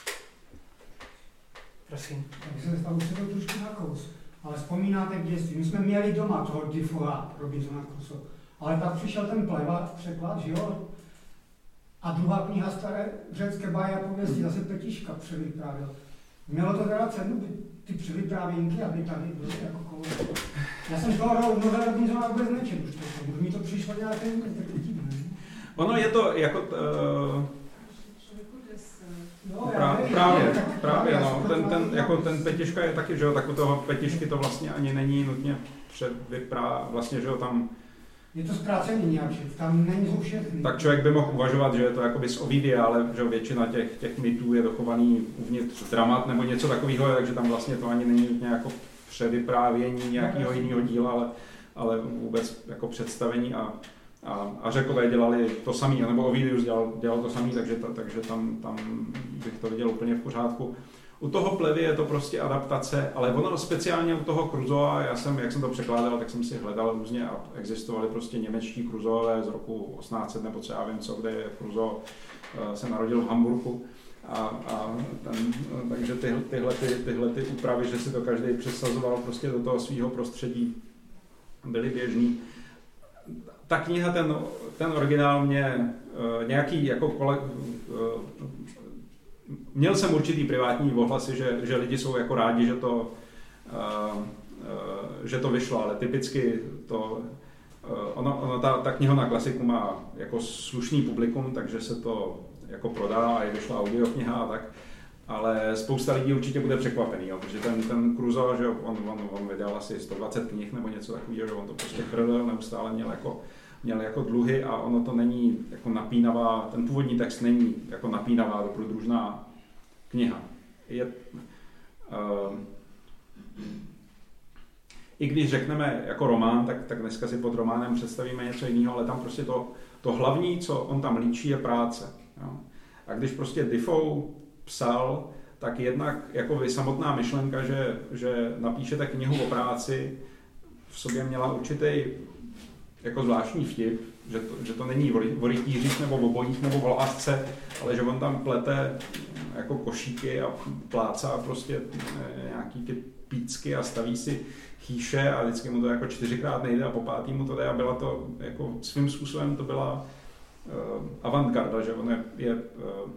Prosím. Tak jsem stalo se to trošku na kous, ale vzpomínáte v dětství, my jsme měli doma toho Diffora, Robinsona Crusoe, ale pak přišel ten pleva, překlad, že jo? A druhá kniha staré řecké báje a pověsti, zase Petiška převyprávěl. Mělo to teda cenu, ty převyprávěnky, aby tady byly jako kolo. Já jsem toho nové Robinsona vůbec nečetl už to, už mi to přišlo nějaké divné. Ono je to jako... Uh, no, právě, právě, právě no, ten, ten, jako ten Petiška je taky, že jo, tak u toho Petišky to vlastně ani není nutně předvyprá, vlastně, že jo, tam... Je to zkrácený nějak, že tam není všechny. Tak člověk by mohl uvažovat, že je to jakoby z Ovidia, ale že většina těch, těch mytů je dochovaný uvnitř dramat nebo něco takového, takže tam vlastně to ani není nutně jako předvyprávění nějakého jiného díla, ale, ale vůbec jako představení a, a, a Řekové dělali to samé, nebo Ovidius dělal, dělal to samé, takže, ta, takže tam, tam bych to viděl úplně v pořádku. U toho Plevy je to prostě adaptace, ale ono speciálně u toho Crusoa, já jsem, jak jsem to překládal, tak jsem si hledal různě a existovali prostě němečtí Crusoeové z roku osmnáct set nebo co já vím co, kde je Crusoe se narodil v Hamburku. A, a ten, takže ty, tyhle, ty, tyhle ty úpravy, že si to každý přesazoval prostě do toho svého prostředí, byly běžný. Ta kniha, ten, ten originál mě uh, nějaký jako kole, uh, měl jsem určitý privátní ohlasy, že, že lidi jsou jako rádi, že to, uh, že to vyšlo, ale typicky to, ono, ono ta, ta knihovna Klasiku má jako slušný publikum, takže se to jako prodá a je vyšla audiokniha a tak, ale spousta lidí určitě bude překvapený, jo, protože ten, ten Crusoe, že on, on, on vydal asi sto dvacet knih nebo něco takového, že on to prostě chrlil, neustále měl jako, měl jako dluhy a ono to není jako napínavá, ten původní text není jako napínavá, dobrodružná kniha. Je, uh, I když řekneme jako román, tak, tak dneska si pod románem představíme něco jiného, ale tam prostě to, to hlavní, co on tam líčí, je práce. Jo. A když prostě Defoe psal, tak jednak jako vy samotná myšlenka, že, že napíšete knihu o práci, v sobě měla určitý jako zvláštní vtip, že to, že to není o rytířích nebo o bojích nebo o lásce, ale že on tam plete jako košíky a plácá prostě nějaký ty pícky a staví si chýše a vždycky mu to jako čtyřikrát nejde a po pátý mu to jde a byla to jako svým způsobem to byla uh, avantgarda, že on je, je uh,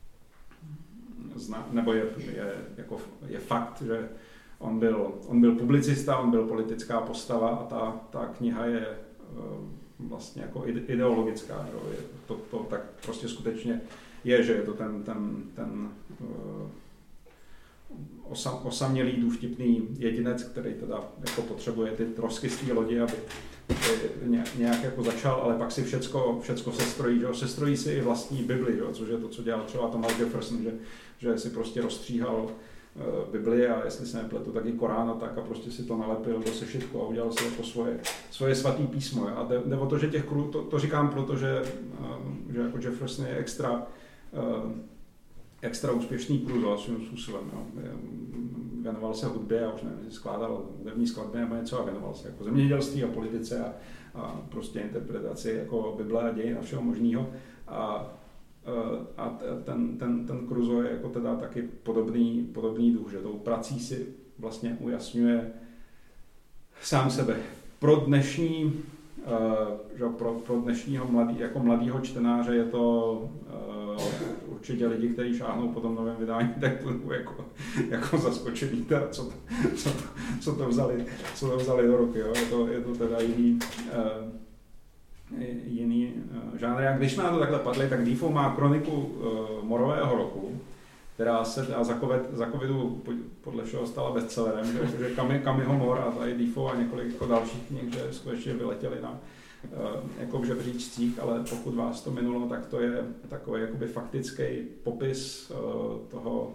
zna, nebo je, je, jako, je fakt, že on byl, on byl publicista, on byl politická postava a ta, ta kniha je uh, vlastně jako ideologická. Jo. Je to, to tak prostě skutečně je, že je to ten, ten, ten uh, osam, osamělý, důvtipný jedinec, který teda jako potřebuje ty trosky z té lodi, aby nějak jako začal, ale pak si všecko, všecko sestrojí, že jo? Sestrojí si i vlastní Bibli, jo? Což je to, co dělal třeba Thomas Jefferson, že, že si prostě rozstříhal uh, Bibli a jestli se nepletu, tak i Korán a tak a prostě si to nalepil do sešitku a udělal si jako svoje, svoje svatý písmo. Jo? A jde, jde o to, že těch krů, to, to říkám proto, že, uh, že jako Jefferson je extra uh, extra úspěšný Crusoe svým způsobem. Jo. Věnoval se hudbě a už nevím, skládal hudební skladby nebo něco a věnoval se jako zemědělství a politice a, a prostě interpretaci jako Bible a dějin a všeho možného. A, a ten, ten, ten Crusoe je jako teda taky podobný, podobný duch, že tou prací si vlastně ujasňuje sám sebe. Pro dnešní, že pro, pro dnešního mladý, jako mladýho čtenáře je to určitě lidi, kteří šáhnou po tom novém vydání, tak to jako, jako zaskočený, teda, co, to, co, to, co, to vzali, co to vzali do ruky. Jo. Je, to, je to teda jiný, uh, jiný uh, žánr. A když na to takhle padli, tak Defoe má kroniku uh, morového roku, která se a za, COVID, za covidu podle všeho stala bestsellerem, že, že Kamiho Mor a tady Defoe a několik jako dalších knih, že skutečně vyletěli na jako v žebříčcích, ale pokud vás to minulo, tak to je takový jakoby faktický popis toho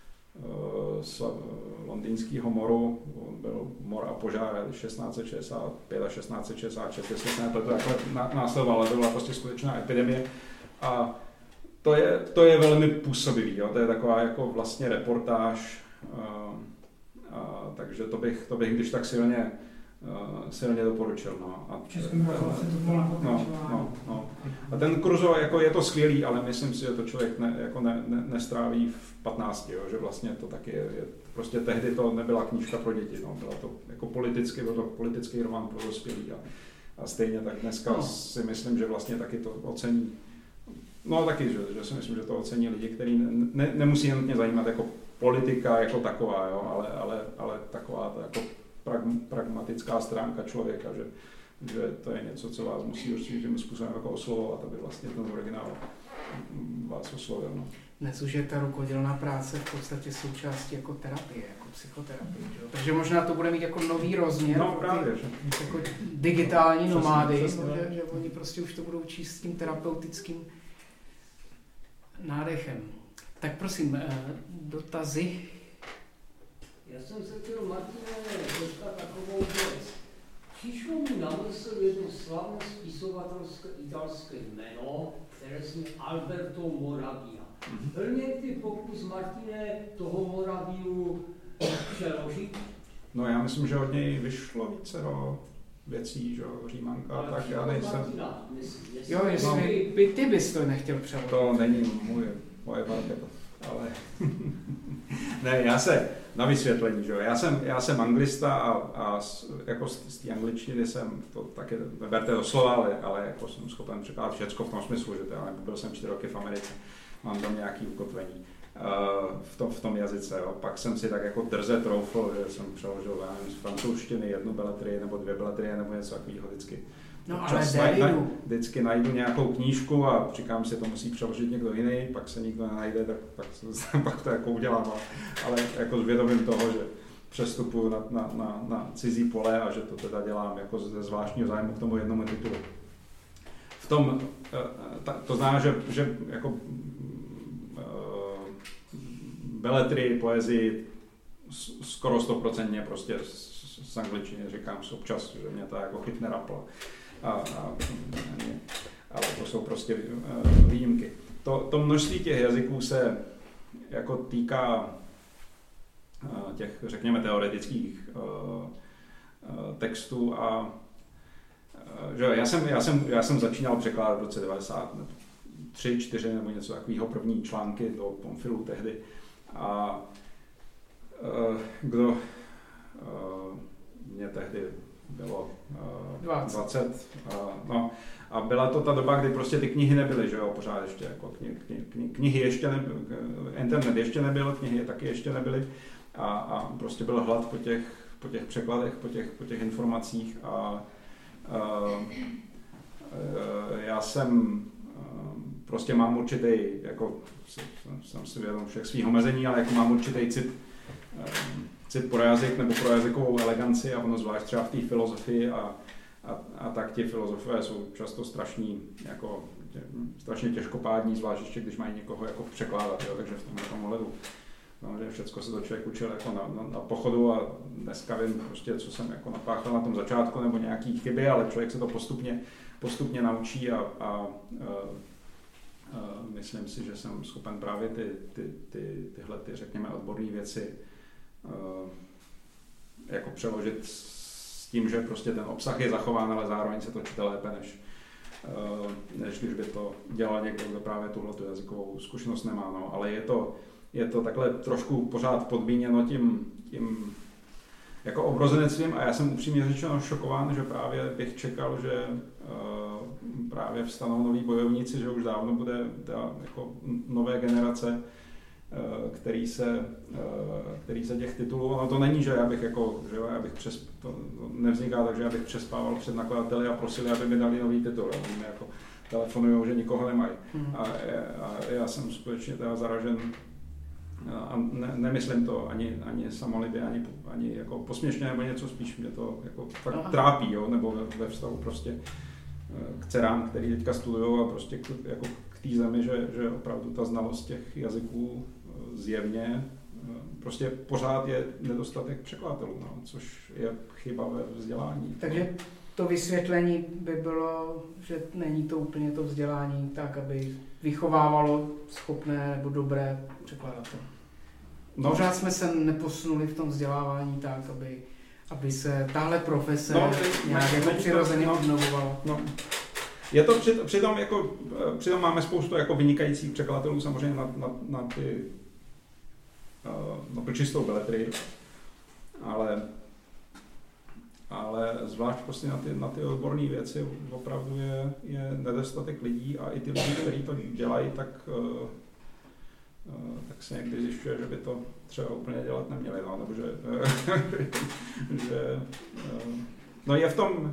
londýnského moru. On byl mor a požár šestnáct set šedesát pět a šestnáct set šedesát šest, jestli se nepletu, takhle následoval, ale to byla prostě skutečná epidemie. A to je, to je velmi působivý, jo? To je taková jako vlastně reportáž, a, a, takže to bych, to bych když tak silně Uh, silně doporučil. No. A, Českým rozhlasem to bylo na no, no, no. A ten Crusoe, jako je to skvělý, ale myslím si, že to člověk ne, jako ne, ne, nestráví v patnácti, jo, že vlastně to taky je, je, prostě tehdy to nebyla knížka pro děti, no, byla to jako politický, byl to politický román pro dospělí a, a stejně tak dneska no. si myslím, že vlastně taky to ocení, no taky, že, že si myslím, že to ocení lidi, kteří ne, ne, nemusí nutně zajímat jako politika jako taková, jo, ale, ale, ale taková to jako pragmatická stránka člověka, že, že to je něco, co vás musí určitým způsobem jako oslovovat, aby vlastně ten originál vás oslovil. No. Dnes už je ta rukodělná práce v podstatě součástí jako terapie, jako psychoterapie. Že? Takže možná to bude mít jako nový rozměr, no, právě, ty, že? jako digitální přesně, nomády, přesně, no, že, že oni prostě už to budou číst s tím terapeutickým nádechem. Tak prosím, dotazy? Já jsem se chtěl, Martine, zeptat takovou věc. Přišlo mi na mysl jedno slavné spisovatelské italské jméno, které se jmenuje Alberto Moravia. Byl někdy pokus, Martine, toho Moraviu přeložit? No já myslím, že od něj vyšlo vícero věcí, že Římanka, ale tak já nejsem... Martina, myslím, jo, jestli no, by ty bys to nechtěl přeložit. To není můj, moje marketo, ale... Ne, já se, na vysvětlení, že jo, já jsem, já jsem anglista a, a jako z, z té angličtiny jsem, to taky neberte doslova, ale, ale jako jsem schopen překládat všecko v tom smyslu, že teda byl jsem čtyři roky v Americe, mám tam nějaké ukotvení. v tom, v tom jazyce. Jo. Pak jsem si tak jako drze troufl, že jsem přeložil nevím, z francouzštiny jednu beletrii nebo dvě beletrie nebo něco takového vždycky. No ale Davidu. Vždycky najdu nějakou knížku a říkám si, to musí přeložit někdo jiný, pak se nikdo nenajde, tak pak, pak to jako udělám. Ale jako s vědomím toho, že přestupuju na, na, na, na cizí pole a že to teda dělám jako ze zvláštního zájmu k tomu jednomu titulu. V tom, to znamená, že, že jako beletrii, poezii skoro stoprocentně prostě z angličtiny říkám občas, že mě to jako chytne rapla. A, a, ale to jsou prostě výjimky. To, to množství těch jazyků se jako týká těch, řekněme, teoretických textů a že já jsem, já jsem, já jsem začínal překládat v roce devadesát tři, čtyři nebo něco takového, první články do Pamfilu tehdy. A kdo mě tehdy bylo dvacet, no, a byla to ta doba, kdy prostě ty knihy nebyly, že jo, pořád ještě, jako kni, kni, kni, knihy ještě nebyly, internet ještě nebyl, knihy taky ještě nebyly a, a prostě byl hlad po těch, po těch překladech, po těch, po těch informacích a, a, a já jsem prostě mám určitý, jako jsem si vědom všech svých omezení, ale jako mám určitý cit, cit pro jazyk nebo pro jazykovou eleganci a ono zvlášť třeba v té filozofii a, a, a tak ti filozofové jsou často strašní, jako tě, strašně těžkopádní, zvlášť ještě když mají někoho jako překládat, jo, takže v tomhle tom ohledu samozřejmě všecko se to člověk učil jako na, na, na pochodu a dneska vím prostě, co jsem jako napáchal na tom začátku nebo nějaký chyby, ale člověk se to postupně, postupně naučí a, a, a Uh, myslím si, že jsem schopen právě ty, ty, ty, tyhle, ty, řekněme, odborné věci uh, jako přeložit s tím, že prostě ten obsah je zachován, ale zároveň se to čte lépe, než, uh, než když by to dělal někdo, kdo právě tuhletu jazykovou zkušenost nemá. No. Ale je to, je to takhle trošku pořád podmíněno tím, tím jako obrozenectvím a já jsem upřímně řečeno šokován, že právě bych čekal, že uh, právě vstanou noví bojovníci, že už dávno bude ta jako nové generace, uh, který se, uh, který se těch titulů, ono to není, že já bych jako, že já bych přes, to nevzniká tak, že já bych přespával před nakladateli a prosili, aby mi dali nový titul, oni mi jako telefonujou, že nikoho nemají. Hmm. A, a já jsem skutečně teda zaražen. A ne, nemyslím to ani, ani samolibě, ani, ani jako posměšně nebo něco, spíš mě to jako fakt Aha. trápí, jo? Nebo ve, ve vztahu prostě k dcerám, který teďka studují a prostě k, jako k té zemi, že, že opravdu ta znalost těch jazyků zjevně prostě pořád je nedostatek překladatelů, no? Což je chyba ve vzdělání. Takže to vysvětlení by bylo, že není to úplně to vzdělání tak, aby vychovávalo schopné nebo dobré překladatele. No, pořád jsme se neposunuli v tom vzdělávání tak, aby, aby se tahle profese no, nějak jako přirozeně obnovovala. No. Je to při, přitom, jako, přitom máme spoustu jako vynikajících překladatelů samozřejmě na, na, na ty na čistou beletrii, ale ale zvlášť prostě na ty, na ty odborné věci opravdu je, je nedostatek lidí a i ty lidi, kteří to dělají, tak, uh, uh, tak se někdy zjišťuje, že by to třeba úplně dělat neměli, no, nebo že, že uh, no je v tom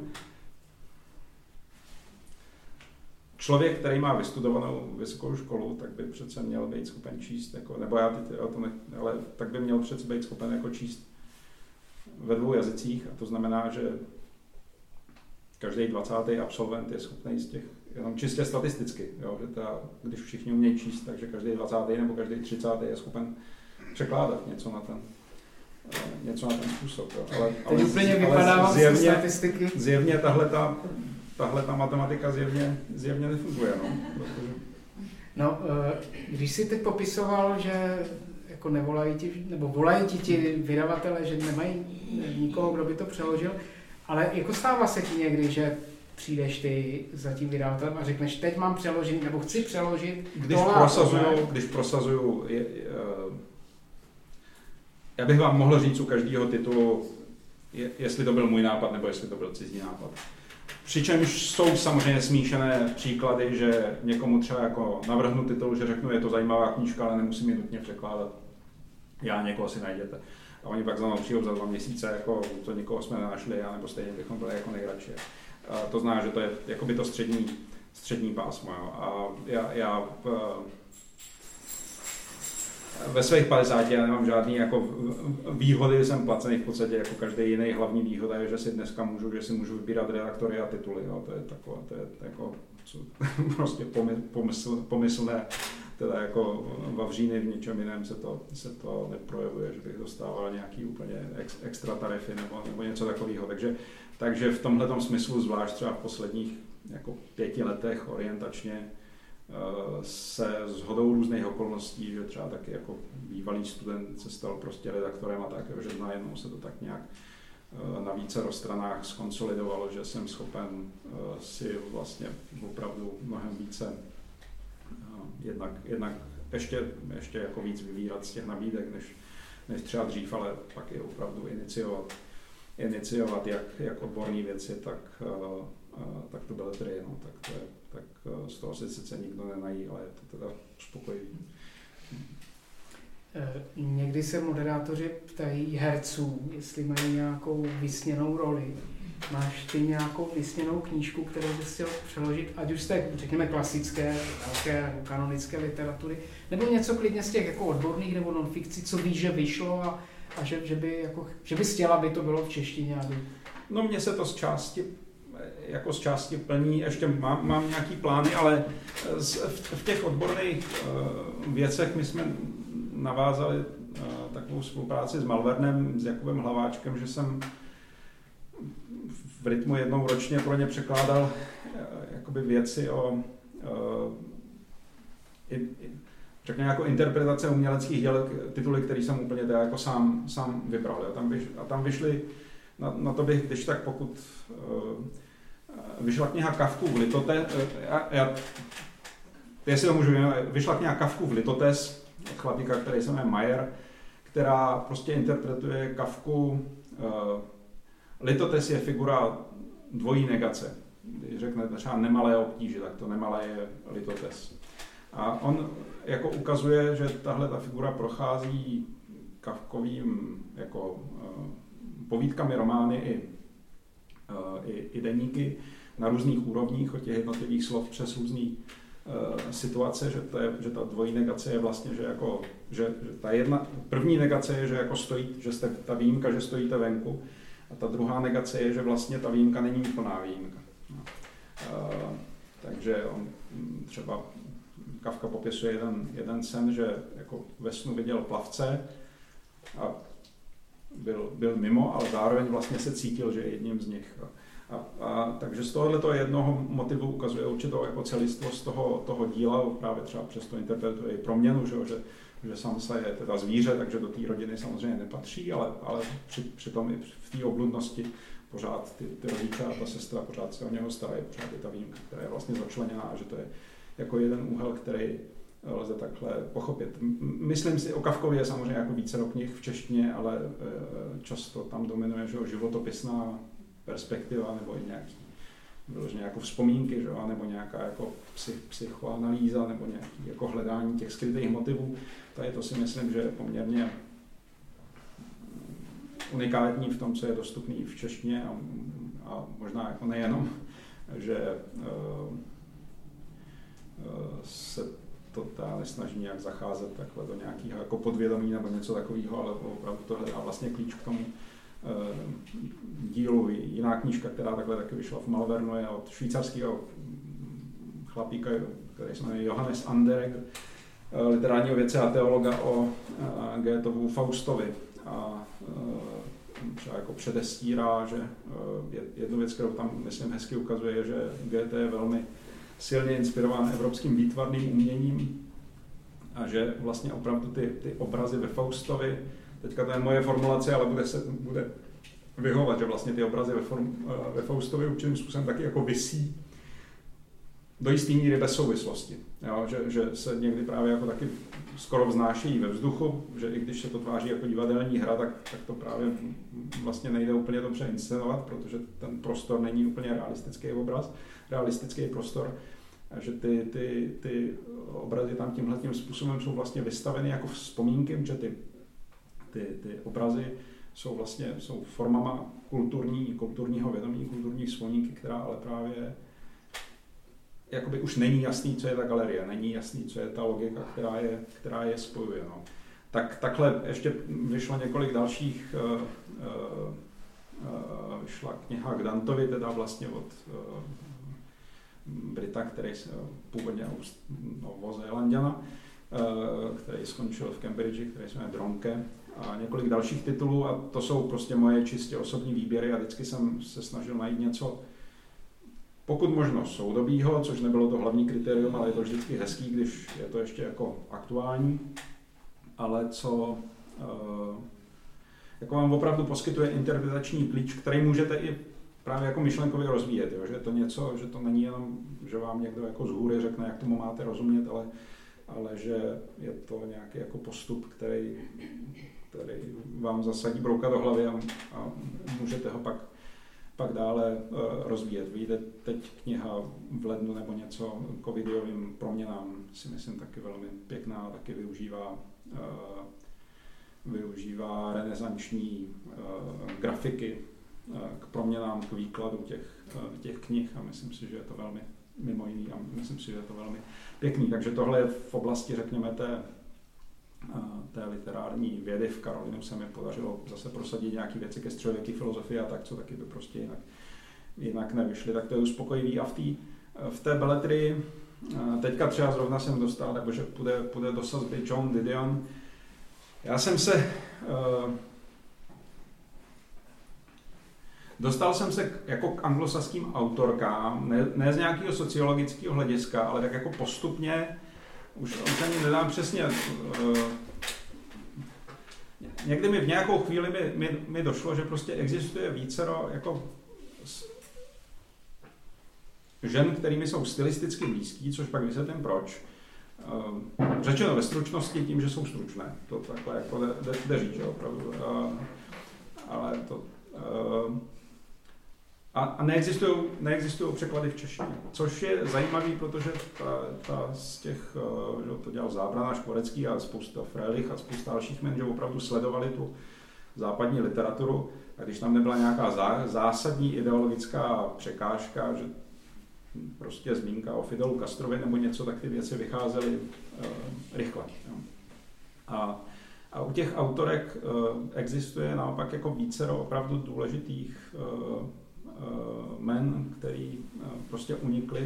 člověk, který má vystudovanou vysokou školu, tak by přece měl být schopen číst, jako, nebo já teď o tom, ale tak by měl přece být schopen jako číst ve dvou jazycích a to znamená, že každý dvacátý absolvent je schopný z těch, jenom čistě statisticky, jo, že ta, když všichni umějí číst, takže každý dvacátý nebo každý třicátý je schopen překládat něco na ten, něco na ten způsob. Jo. Ale, ale, úplně vypadávám z statistiky. Zjevně tahle ta, tahle ta matematika zjevně, zjevně nefunguje. No, protože... no, když jsi teď popisoval, že jako nevolají ti, nebo volají ti ti vydavatele, že nemají nikoho, kdo by to přeložil, ale jako stává se ti někdy, že přijdeš ty za tím vydavatelem a řekneš, teď mám přeložit, nebo chci přeložit. Když prosazuju, když prosazuju, je, je, já bych vám mohl říct u každého titulu, je, jestli to byl můj nápad, nebo jestli to byl cizí nápad. Přičemž jsou samozřejmě smíšené příklady, že někomu třeba jako navrhnu titul, že řeknu, je to zajímavá knížka, ale nemusím ji nutně překládat. Já někoho si najděte. A oni pak za mnou přijdou za dva měsíce, jako to někoho jsme nenašli, anebo stejně bychom byli jako nejradši. A to znamená, že to je jakoby to střední, střední pásmo. Jo. A já, já ve svých padesáti já nemám žádný jako výhody, jsem placený v podstatě jako každý jiný. Hlavní výhoda je, že si dneska můžu, že si můžu vybírat redaktory a tituly. Jo. To je takové, to je jako co, prostě pomysl, pomyslné. Teda jako Vavříny v ničem jiném se to, se to neprojevuje, že bych dostával nějaký úplně ex, extra tarify nebo, nebo něco takového. Takže, takže v tomhletom smyslu, zvlášť třeba v posledních jako pěti letech orientačně, se shodou různých okolností, že třeba taky jako bývalý student se stal prostě redaktorem a tak, že najednou se to tak nějak na více stranách skonsolidovalo, že jsem schopen si vlastně opravdu mnohem více jednak, jednak ještě, ještě jako víc vybírat z těch nabídek, než, než třeba dřív, ale pak i opravdu iniciovat, iniciovat jak, jak odborné věci, tak, tak to beletry, no, tak, to je, tak z toho se sice nikdo nenají, ale je to teda uspokojivý. Někdy se moderátoři ptají herců, jestli mají nějakou vysněnou roli. Máš ty nějakou vysněnou knížku, kterou bys chtěl přeložit, ať už z té, řekněme, klasické, velké nebo kanonické literatury, nebo něco klidně z těch jako odborných nebo non-fikcí, co víš, že vyšlo a, a že, že, by jako, že bys chtěla, aby to bylo v češtině? Aby... No mně se to z části, jako z části plní, ještě mám, mám nějaký plány, ale z, v, v těch odborných uh, věcech my jsme navázali uh, takovou spolupráci s Malvernem, s Jakubem Hlaváčkem, že jsem v rytmu jednou ročně pro ně překládal jakoby věci o uh, řekněme jako interpretace uměleckých děl, tituly, které jsem úplně teda jako sám, sám vybral. Jo. Tam vyš, a tam vyšly, na, na to bych, když tak pokud uh, vyšla kniha Kafkův Litotes, uh, já, já, jestli to můžu, vyšla kniha Kafkův Litotes, chlapíka, který se jmenuje Mayer, která prostě interpretuje Kafku. Uh, Litotes je figura dvojí negace. Když řeknete třeba nemalé obtíže, tak to nemalé je litotes. A on jako ukazuje, že tahle ta figura prochází Kafkovým jako uh, povídkami, romány i, uh, i, i deníky na různých úrovních od těch jednotlivých slov přes různý uh, situace, že, to je, že ta dvojí negace je vlastně, že jako, že, že ta jedna, první negace je, že jako stojí, že jste ta výjimka, že stojíte venku. A ta druhá negace je, že vlastně ta výjimka není úplná výjimka. No. Uh, takže on třeba Kafka popisuje jeden, jeden sen, že jako ve snu viděl plavce a byl, byl mimo, ale zároveň vlastně se cítil, že je jedním z nich. A, a, takže z tohoto jednoho motivu ukazuje určitou jako celistvost toho, toho díla, právě třeba přesto interpretuje i proměnu, že, že že Sansa je teda zvíře, takže do té rodiny samozřejmě nepatří, ale, ale při, přitom i v té obludnosti pořád ty, ty rodiče a ta sestra pořád se o něho starají, pořád je ta výjimka, která je vlastně začleněná a že to je jako jeden úhel, který lze takhle pochopit. Myslím si, o Kafkově je samozřejmě jako vícero knih v češtině, ale často tam dominuje, že životopisná perspektiva nebo i nějaký vyloženě jako vzpomínky, že? Nebo nějaká jako psych, psychoanalýza nebo nějaké jako hledání těch skrytých motivů. Tady to si myslím, že je poměrně unikátní v tom, co je dostupný v češtině a, a možná jako nejenom, že uh, uh, se to nesnaží nějak zacházet takhle do nějakého jako podvědomí nebo něco takového, ale opravdu to hledá vlastně klíč k tomu uh, dílu. Jiná knížka, která takhle taky vyšla v Malvernu, je od švýcarského chlapíka, který se jmenuje Johannes Anderegg, literárního vědce a teologa o uh, Goetheovu Faustovi. A uh, třeba jako předestírá, že uh, jednu věc, kterou tam myslím hezky ukazuje, je, že Goethe je velmi silně inspirován evropským výtvarným uměním a že vlastně opravdu ty, ty obrazy ve Faustovi, teďka to je moje formulace, ale bude, se, bude vyhovat, že vlastně ty obrazy ve, form, ve Faustovi určitým způsobem taky jako visí do jistý míry bez souvislosti. Jo? Že, že se někdy právě jako taky skoro vznášejí ve vzduchu, že i když se to tváří jako divadelní hra, tak, tak to právě vlastně nejde úplně dobře inscenovat, protože ten prostor není úplně realistický obraz, realistický prostor, a že ty, ty, ty obrazy tam tímhletím způsobem jsou vlastně vystaveny jako vzpomínky, že ty, ty, ty obrazy jsou vlastně jsou formama kulturní, kulturního vědomí, kulturní vzpomínky, která ale právě jakoby už není jasný, co je ta galerie, není jasný, co je ta logika, která je, která je spojuje. No. Tak, takhle ještě vyšlo několik dalších, uh, uh, vyšla kniha k Dantovi, teda vlastně od uh, Brita, který se původně Novozélanďana, uh, který skončil v Cambridge, který se jmenuje Dronke, a několik dalších titulů, a to jsou prostě moje čistě osobní výběry a vždycky jsem se snažil najít něco, pokud možno soudobýho, což nebylo to hlavní kritérium, ale je to vždycky hezký, když je to ještě jako aktuální, ale co jako vám opravdu poskytuje interpretační klíč, který můžete i právě jako myšlenkově rozvíjet, jo? Že je to něco, že to není jenom, že vám někdo jako z hůry řekne, jak tomu máte rozumět, ale, ale že je to nějaký jako postup, který, který vám zasadí brouka do hlavy a, a můžete ho pak pak dále uh, rozvíjet. Vyjde teď kniha v lednu nebo něco covidovým proměnám, si myslím taky velmi pěkná, taky využívá, uh, využívá renesanční uh, grafiky uh, k proměnám, k výkladu těch, uh, těch knih a myslím si, že je to velmi mimo jiný a myslím si, že je to velmi pěkný. Takže tohle je v oblasti, řekněme, té té literární vědy. V Karolinu se mi podařilo zase prosadit nějaké věci ke středověké filozofii a tak, co taky by prostě jinak, jinak nevyšly. Tak to je uspokojivý. A v té v té beletrii teďka třeba zrovna jsem dostal, nebo že půjde, půjde do sazby John Didion. Já jsem se uh, dostal jsem se k, jako k anglosaským autorkám, ne, ne z nějakého sociologického hlediska, ale tak jako postupně. Už, už ani nedám přesně. Uh, někdy mi v nějakou chvíli mi, mi, mi došlo, že prostě existuje vícero jako žen, kterými jsou stylisticky blízký, což pak vysvětlím proč. Uh, řečeno ve stručnosti tím, že jsou stručné. To takhle jako jde, jde, jde říct, že opravdu. Uh, ale to... Uh, A, a neexistují, neexistují překlady v češtině, což je zajímavý, protože ta, ta z těch, že to dělal Zábrana, Škvorecký a spousta Frélich a spousta dalších men, že opravdu sledovali tu západní literaturu a když tam nebyla nějaká zá, zásadní ideologická překážka, že prostě zmínka o Fidelu Castrovi nebo něco, tak ty věci vycházely uh, rychle. Jo. A, a u těch autorek uh, existuje naopak jako vícero opravdu důležitých uh, men, který prostě unikly.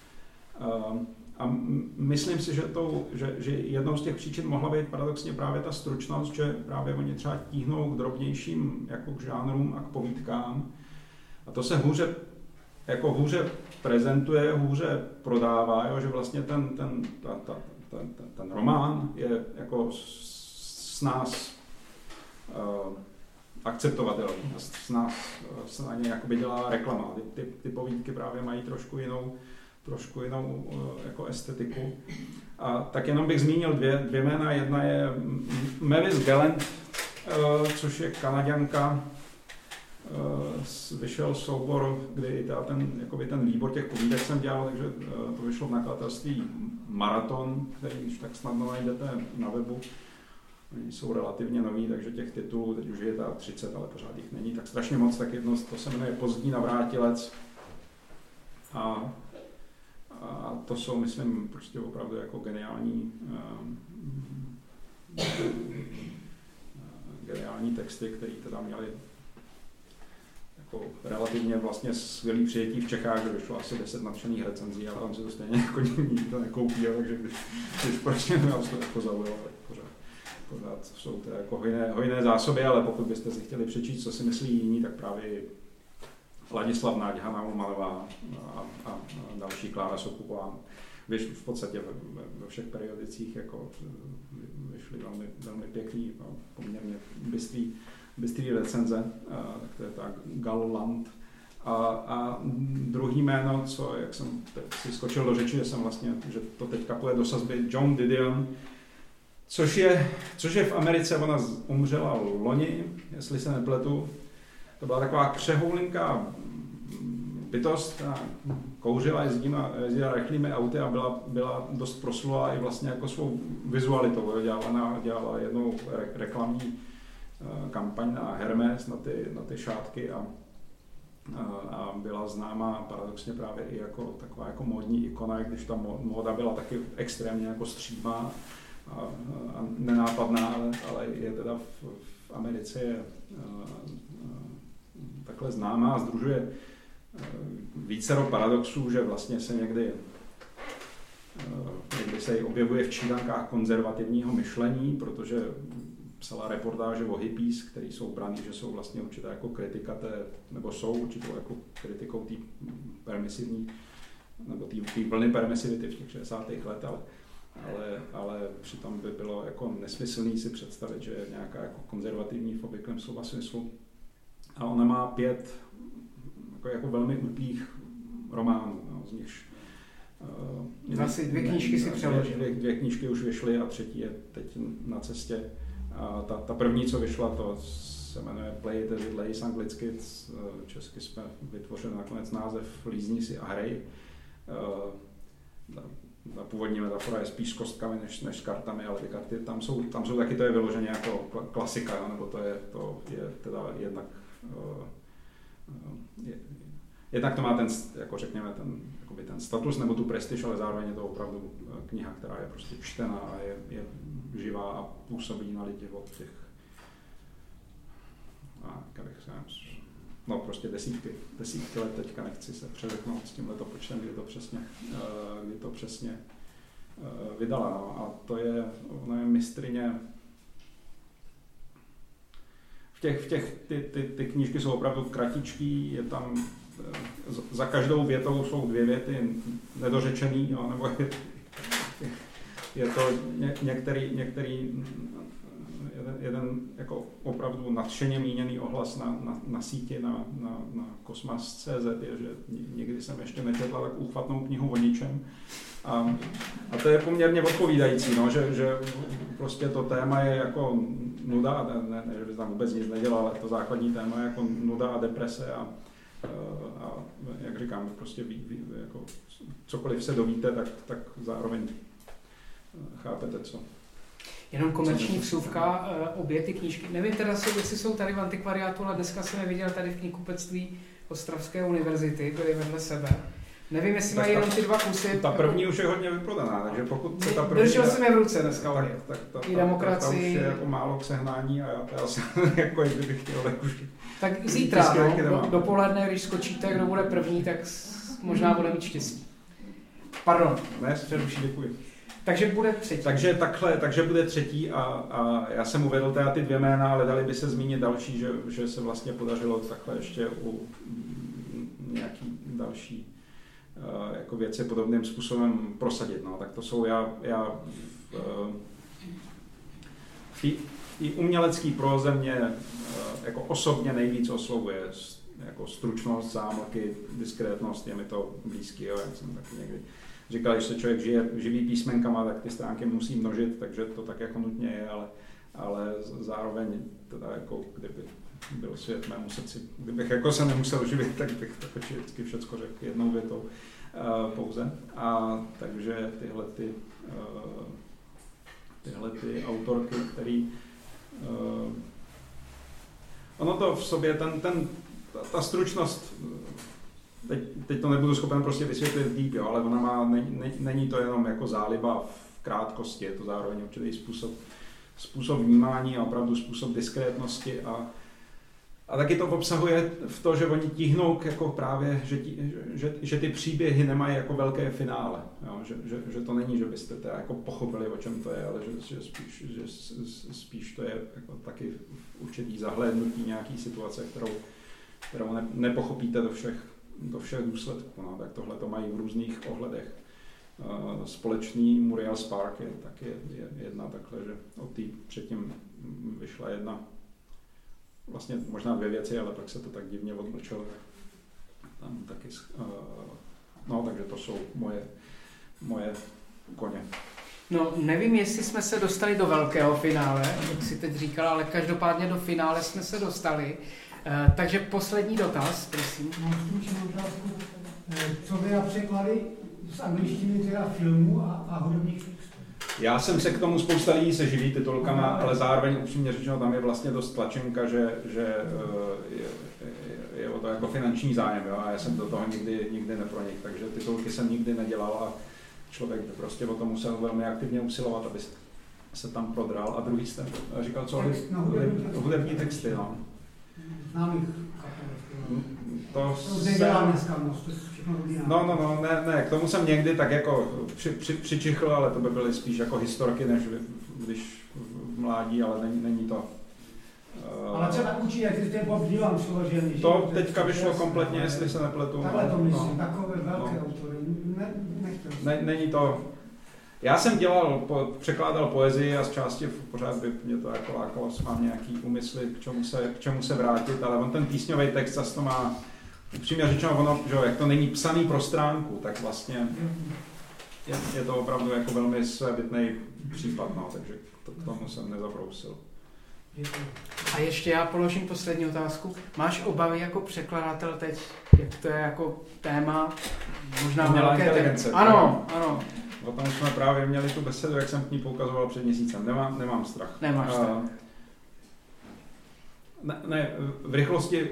A myslím si, že, to, že, že jednou z těch příčin mohla být paradoxně právě ta stručnost, že právě oni třeba tíhnou k drobnějším jako k žánrům a k povídkám. A to se hůře, jako hůře prezentuje, hůře prodává, jo, že vlastně ten, ten, ta, ta, ten, ten, ten román je jako s nás uh, akceptovatelný. S nás se na ně jakoby dělá reklama. Ty, ty, ty povídky právě mají trošku jinou, trošku jinou uh, jako estetiku. A tak jenom bych zmínil dvě, dvě jména. Jedna je Mavis Gallant, uh, což je Kanaďanka. Uh, vyšel soubor, kdy ta, ten, jakoby ten výbor těch povídek jsem dělal, takže uh, to vyšlo v nakladatelství Maraton, který už tak snadno najdete na webu. Oni jsou relativně noví, takže těch titulů, teď už je ta třicet, ale pořád jich není tak strašně moc, tak jedno, to se jmenuje Pozdní navrátilec. A, a to jsou, myslím, prostě opravdu jako geniální, uh, geniální texty, které teda měly jako relativně vlastně skvělý přijetí v Čechách, že vyšlo asi deset nadšených recenzí, ale tam se to stejně jako nikdo nekoupí, takže když, když prostě nás to jako zaujalo, tak pořád. Pořád jsou to jako hojné, hojné zásoby, ale pokud byste si chtěli přečíst, co si myslí jiní, tak právě Ladislav Náď, Hana Ulmanová a, a, a další, Klára Sokupová, vyš, v podstatě ve, ve všech periodicích jako vyšly velmi, velmi pěkný, no, poměrně bystrý, bystrý recenze, a, tak to je ta Galland. A, a druhý jméno, co, jak jsem si skočil do řeči, že jsem vlastně, že to teďka půjde do sazby, John Didion. Což je, což je v Americe, ona umřela loni, jestli se nepletu. To byla taková křehoulinká bytost, kouřila, jezdila, jezdila rychlými auty a byla, byla dost proslulá i vlastně jako svou vizualitou. Dělala, dělala jednou re, reklamní kampaň na Hermes, na ty, na ty šátky a, a byla známá paradoxně právě i jako taková jako módní ikona, když ta móda byla taky extrémně jako střídmá a, a nenápadná, ale, ale je teda v, v Americe je takhle známá a sdružuje vícero paradoxů, že vlastně se někdy, někdy se objevuje v čítankách konzervativního myšlení, protože psala reportáže o hippies, který jsou braní, že jsou vlastně určitá jako kritika té, nebo jsou určitou jako kritikou té permisivní, nebo té vlny permisivity v těch šedesátých let, ale, ale, ale přitom by bylo jako nesmyslný si představit, že je nějaká jako konzervativní v obvyklém slova smyslu. A ona má pět jako, jako velmi útlých románů, no, z nichž uh, asi dvě knížky si přeložil. Dvě, dvě knížky už vyšly a třetí je teď na cestě. A ta, ta první, co vyšla, to se jmenuje Play it as it lays anglicky, česky jsme vytvořili nakonec název Lízni si a hrej. Ta, ta původní metafora je spíš s kostkami než, než s kartami, ale ty karty tam jsou, tam jsou taky, to je vyloženě jako klasika, nebo to je, to je teda jednak je, jednak to má ten, jako řekněme, ten, jakoby ten status nebo tu prestiž, ale zároveň je to opravdu kniha, která je prostě čtená a je, je živá a působí na lidi od těch a, se, no prostě desítky, desítky let, teďka nechci se přeřeknout s tímhle počtem, kdy to přesně, kdy to přesně vydala. No. A to je, ona je mistryně. V těch, v těch ty, ty, ty knížky jsou opravdu kratičký, je tam, za každou větou jsou dvě věty nedořečený, jo, nebo je, je to ně, některý, některý jeden, jeden jako opravdu nadšeně míněný ohlas na, na, na síti, na, na, na kosmas tečka cé zet je, že nikdy jsem ještě nečetla tak úchvatnou knihu o ničem. A, a to je poměrně odpovídající, no, že, že prostě to téma je jako nuda, ne, ne, že by tam vůbec nic nedělal, ale to základní téma je jako nuda a deprese a, a jak říkám, prostě ví, ví, jako cokoliv se dovíte, tak, tak zároveň chápete, co. Jenom komerční vsuvka, obě ty knížky, nevím teda, jestli jsou tady v antikvariátu, ale dneska jsem je viděl tady v knihkupectví Ostravské univerzity, byly vedle sebe. Nevím, jestli mají jenom ty dva kusy. Ta první už je hodně vyprodaná, takže pokud se ta první... Držel jsem je v ruce dneska. Tak, tak, tak ta, I demokracii. Ta, ta už je jako málo k sehnání a já, já jsem jako kdybych chtěl, tak už... Tak zítra, no, do, dopoledne, když skočíte, kdo bude první, tak možná bude mít štěstí. Pardon. Ne, přeruší, děkuji. Takže bude třetí. Takže takhle, takže bude třetí a, a já jsem uvedl teda ty dvě jména, ale dali by se zmínit další, že, že se vlastně podařilo takhle ještě u nějaký další uh, jako věci podobným způsobem prosadit. No. Tak to jsou já, já uh, v té umělecké próze mě uh, jako osobně nejvíc oslovuje jako stručnost, zámlky, diskrétnost, je mi to blízký, jo, jak jsem taky někdy říkal, když se člověk žije živý písmenkama, tak ty stránky musí množit, takže to tak jako nutně je, ale, ale zároveň teda jako kdyby byl svět mému srdci, kdybych jako se nemusel živit, tak bych to vždycky všecko řekl jednou větou uh, pouze. A takže tyhle ty, uh, tyhle ty autorky, který uh, ono to v sobě, ten, ten, ta, ta stručnost, Teď, teď to nebudu schopen prostě vysvětlit líp, jo, ale ona má, ne, ne, není to jenom jako záliba v krátkosti, je to zároveň určitý způsob, způsob vnímání a opravdu způsob diskrétnosti a, a taky to obsahuje v to, že oni tíhnou jako právě, že, tí, že, že ty příběhy nemají jako velké finále, jo, že, že, že to není, že byste teda jako pochopili, o čem to je, ale že, že, spíš, že spíš to je jako taky určitý zahlédnutí nějaký situace, kterou, kterou ne, nepochopíte do všech do všech důsledků, no, tak tohle to mají v různých ohledech. Uh, společný Muriel Spark je taky je, jedna takhle, že od té předtím vyšla jedna, vlastně možná dvě věci, ale pak se to tak divně odmlčelo. Tam taky, uh, no, takže to jsou moje, moje koně. No, nevím, jestli jsme se dostali do velkého finále, jak si teď říkal, ale každopádně do finále jsme se dostali. E, takže poslední dotaz, prosím. Mám stručnou otázku. Co teda překlady z angličtiny teda filmu a, a hudebních textů? Já jsem se k tomu, spousta lidí se živí titulkama, ale zároveň upřímně řečeno, tam je vlastně dost tlačenka, že, že je, je, je o to jako finanční zájem, jo? A já jsem do toho nikdy, nikdy nepronikl, takže titulky jsem nikdy nedělal a člověk by prostě o to musel velmi aktivně usilovat, aby se tam prodral. A druhý jste říkal, co Text, no, hudební, hudební texty, no. Známých To se... No, no, no, ne, ne, k tomu jsem někdy tak jako při, při, přičichl, ale to by byly spíš jako historky, než když v mládí, ale není, není to. Ale třeba učí, jak jste Bob Dylan přiložený. To teďka vyšlo kompletně, jestli se nepletu. Takhle to myslím, no, takové velké no. autory. Ne, nechtěl jsem. Ne, není to. Já jsem dělal, po, překládal poezii a z části pořád by mě to jako lákalo, mám nějaký úmysly, k čemu se, k čemu se vrátit, ale on ten písňový text zase to má, upřímně řečeno, ono, že jak to není psaný pro stránku, tak vlastně je, je to opravdu jako velmi svébytný případ, no, takže to, k tomu jsem nezabrousil. A ještě já položím poslední otázku. Máš obavy jako překladatel teď, jak to je jako téma, možná Umělá velké inteligence. téma? Ano, ano. O tom jsme právě měli tu besedu, jak jsem k ní poukazoval před měsícem. Nemám, nemám strach. Nemáš strach. Uh, ne, ne, v rychlosti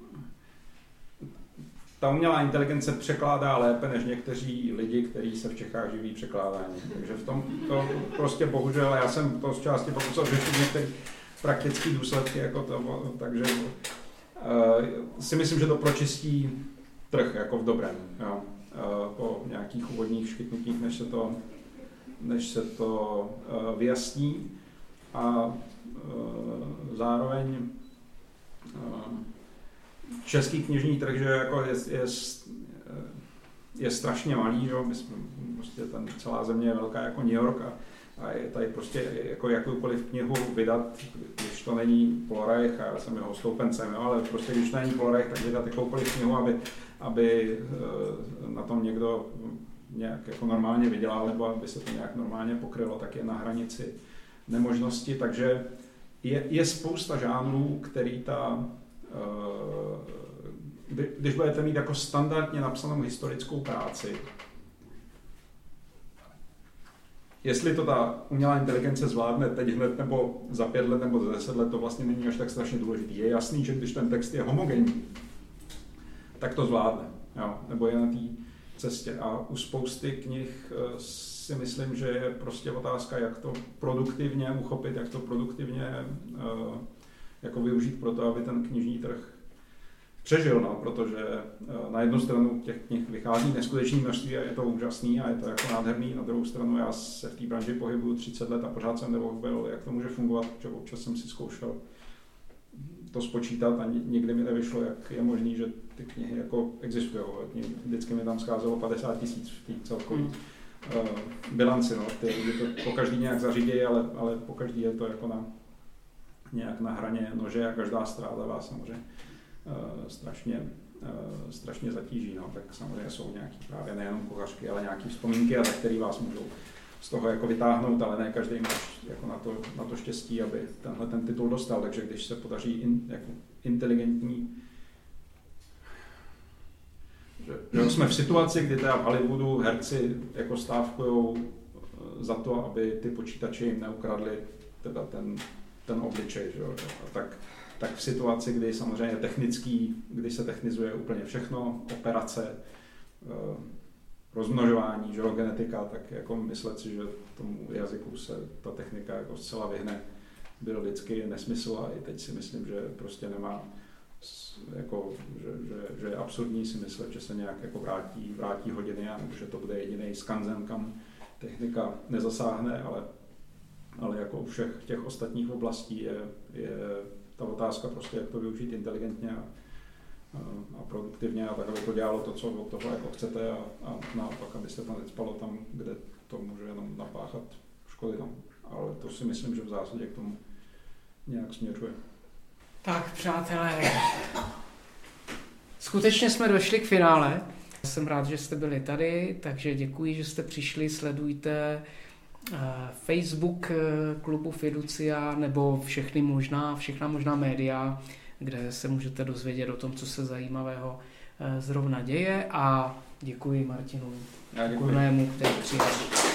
ta umělá inteligence překládá lépe než někteří lidi, kteří se v Čechách živí překládání. Takže v tom to prostě bohužel, já jsem to z části pokusil řešit některé praktické důsledky, jako to, takže uh, si myslím, že to pročistí trh jako v dobrém. Jo. Po nějakých úvodních škytnutích, než se to, než se to uh, vyjasní. A uh, zároveň uh, český knižní trh, že jako je, je, je strašně malý, že? My jsme, prostě ten, celá země je velká jako New York a, a je tady prostě jako jakoukoliv knihu vydat, když to není Polreich, a já jsem jeho stoupencem, jo? Ale prostě když to není Polreich, tak vydat jakoukoliv knihu, aby aby na tom někdo nějak jako normálně vydělal, nebo aby se to nějak normálně pokrylo, tak je na hranici nemožnosti. Takže je, je spousta žánrů, který ta, když budete mít jako standardně napsanou historickou práci, jestli to ta umělá inteligence zvládne teď hned, nebo za pět let, nebo za deset let, to vlastně není až tak strašně důležitý. Je jasný, že když ten text je homogenní, tak to zvládne, jo, nebo je na té cestě. A u spousty knih si myslím, že je prostě otázka, jak to produktivně uchopit, jak to produktivně uh, jako využít pro to, aby ten knižní trh přežil, no, protože uh, na jednu stranu těch knih vychází neskutečné množství a je to úžasný a je to jako nádherný, na druhou stranu já se v té branži pohybuju třicet let a pořád jsem nepochopil, jak to může fungovat, že občas jsem si zkoušel to spočítat a nikdy mi nevyšlo, jak je možný, že ty knihy jako existují. Vždycky mi tam scházelo padesát tisíc v té celkové mm. uh, bilanci. No. Ty lidi to po každý nějak zařídí, ale, ale po každý je to jako na, nějak na hraně nože a každá ztráta vás samozřejmě uh, strašně, uh, strašně zatíží. No. Tak samozřejmě jsou nějaký právě nejenom kuchařky, ale nějaké vzpomínky, a tak, které vás můžou z toho jako vytáhnout, ale ne každý má jako na, to, na to štěstí, aby tenhle ten titul dostal. Takže když se podaří in, jako inteligentní, že, že jsme v situaci, kdy teda v Hollywoodu herci jako stávkujou za to, aby ty počítače jim neukradly teda ten, ten obličej, že? A tak, tak v situaci, kdy samozřejmě technický, kdy se technizuje úplně všechno, operace, rozmnožování, že genetika, tak jako myslet si, že tomu jazyku se ta technika jako zcela vyhne, byl vždycky nesmysl a i teď si myslím, že prostě nemá, jako, že, že, že je absurdní si myslet, že se nějak jako vrátí, vrátí hodiny a že to bude jediný skanzen, kam technika nezasáhne, ale, ale jako u všech těch ostatních oblastí je, je ta otázka prostě, jak to využít inteligentně a a produktivně, a tak, aby to dělalo to, co od toho jako chcete, a, a naopak, aby se to necpalo tam, kde to může jenom napáchat škody. No. Ale to si myslím, že v zásadě k tomu nějak směřuje. Tak, přátelé, skutečně jsme došli k finále. Jsem rád, že jste byli tady, takže děkuji, že jste přišli, sledujte Facebook klubu Fiducia nebo všechny možná, všechna možná média, kde se můžete dozvědět o tom, co se zajímavého zrovna děje, a děkuji Martinu Kurnému, který přijel.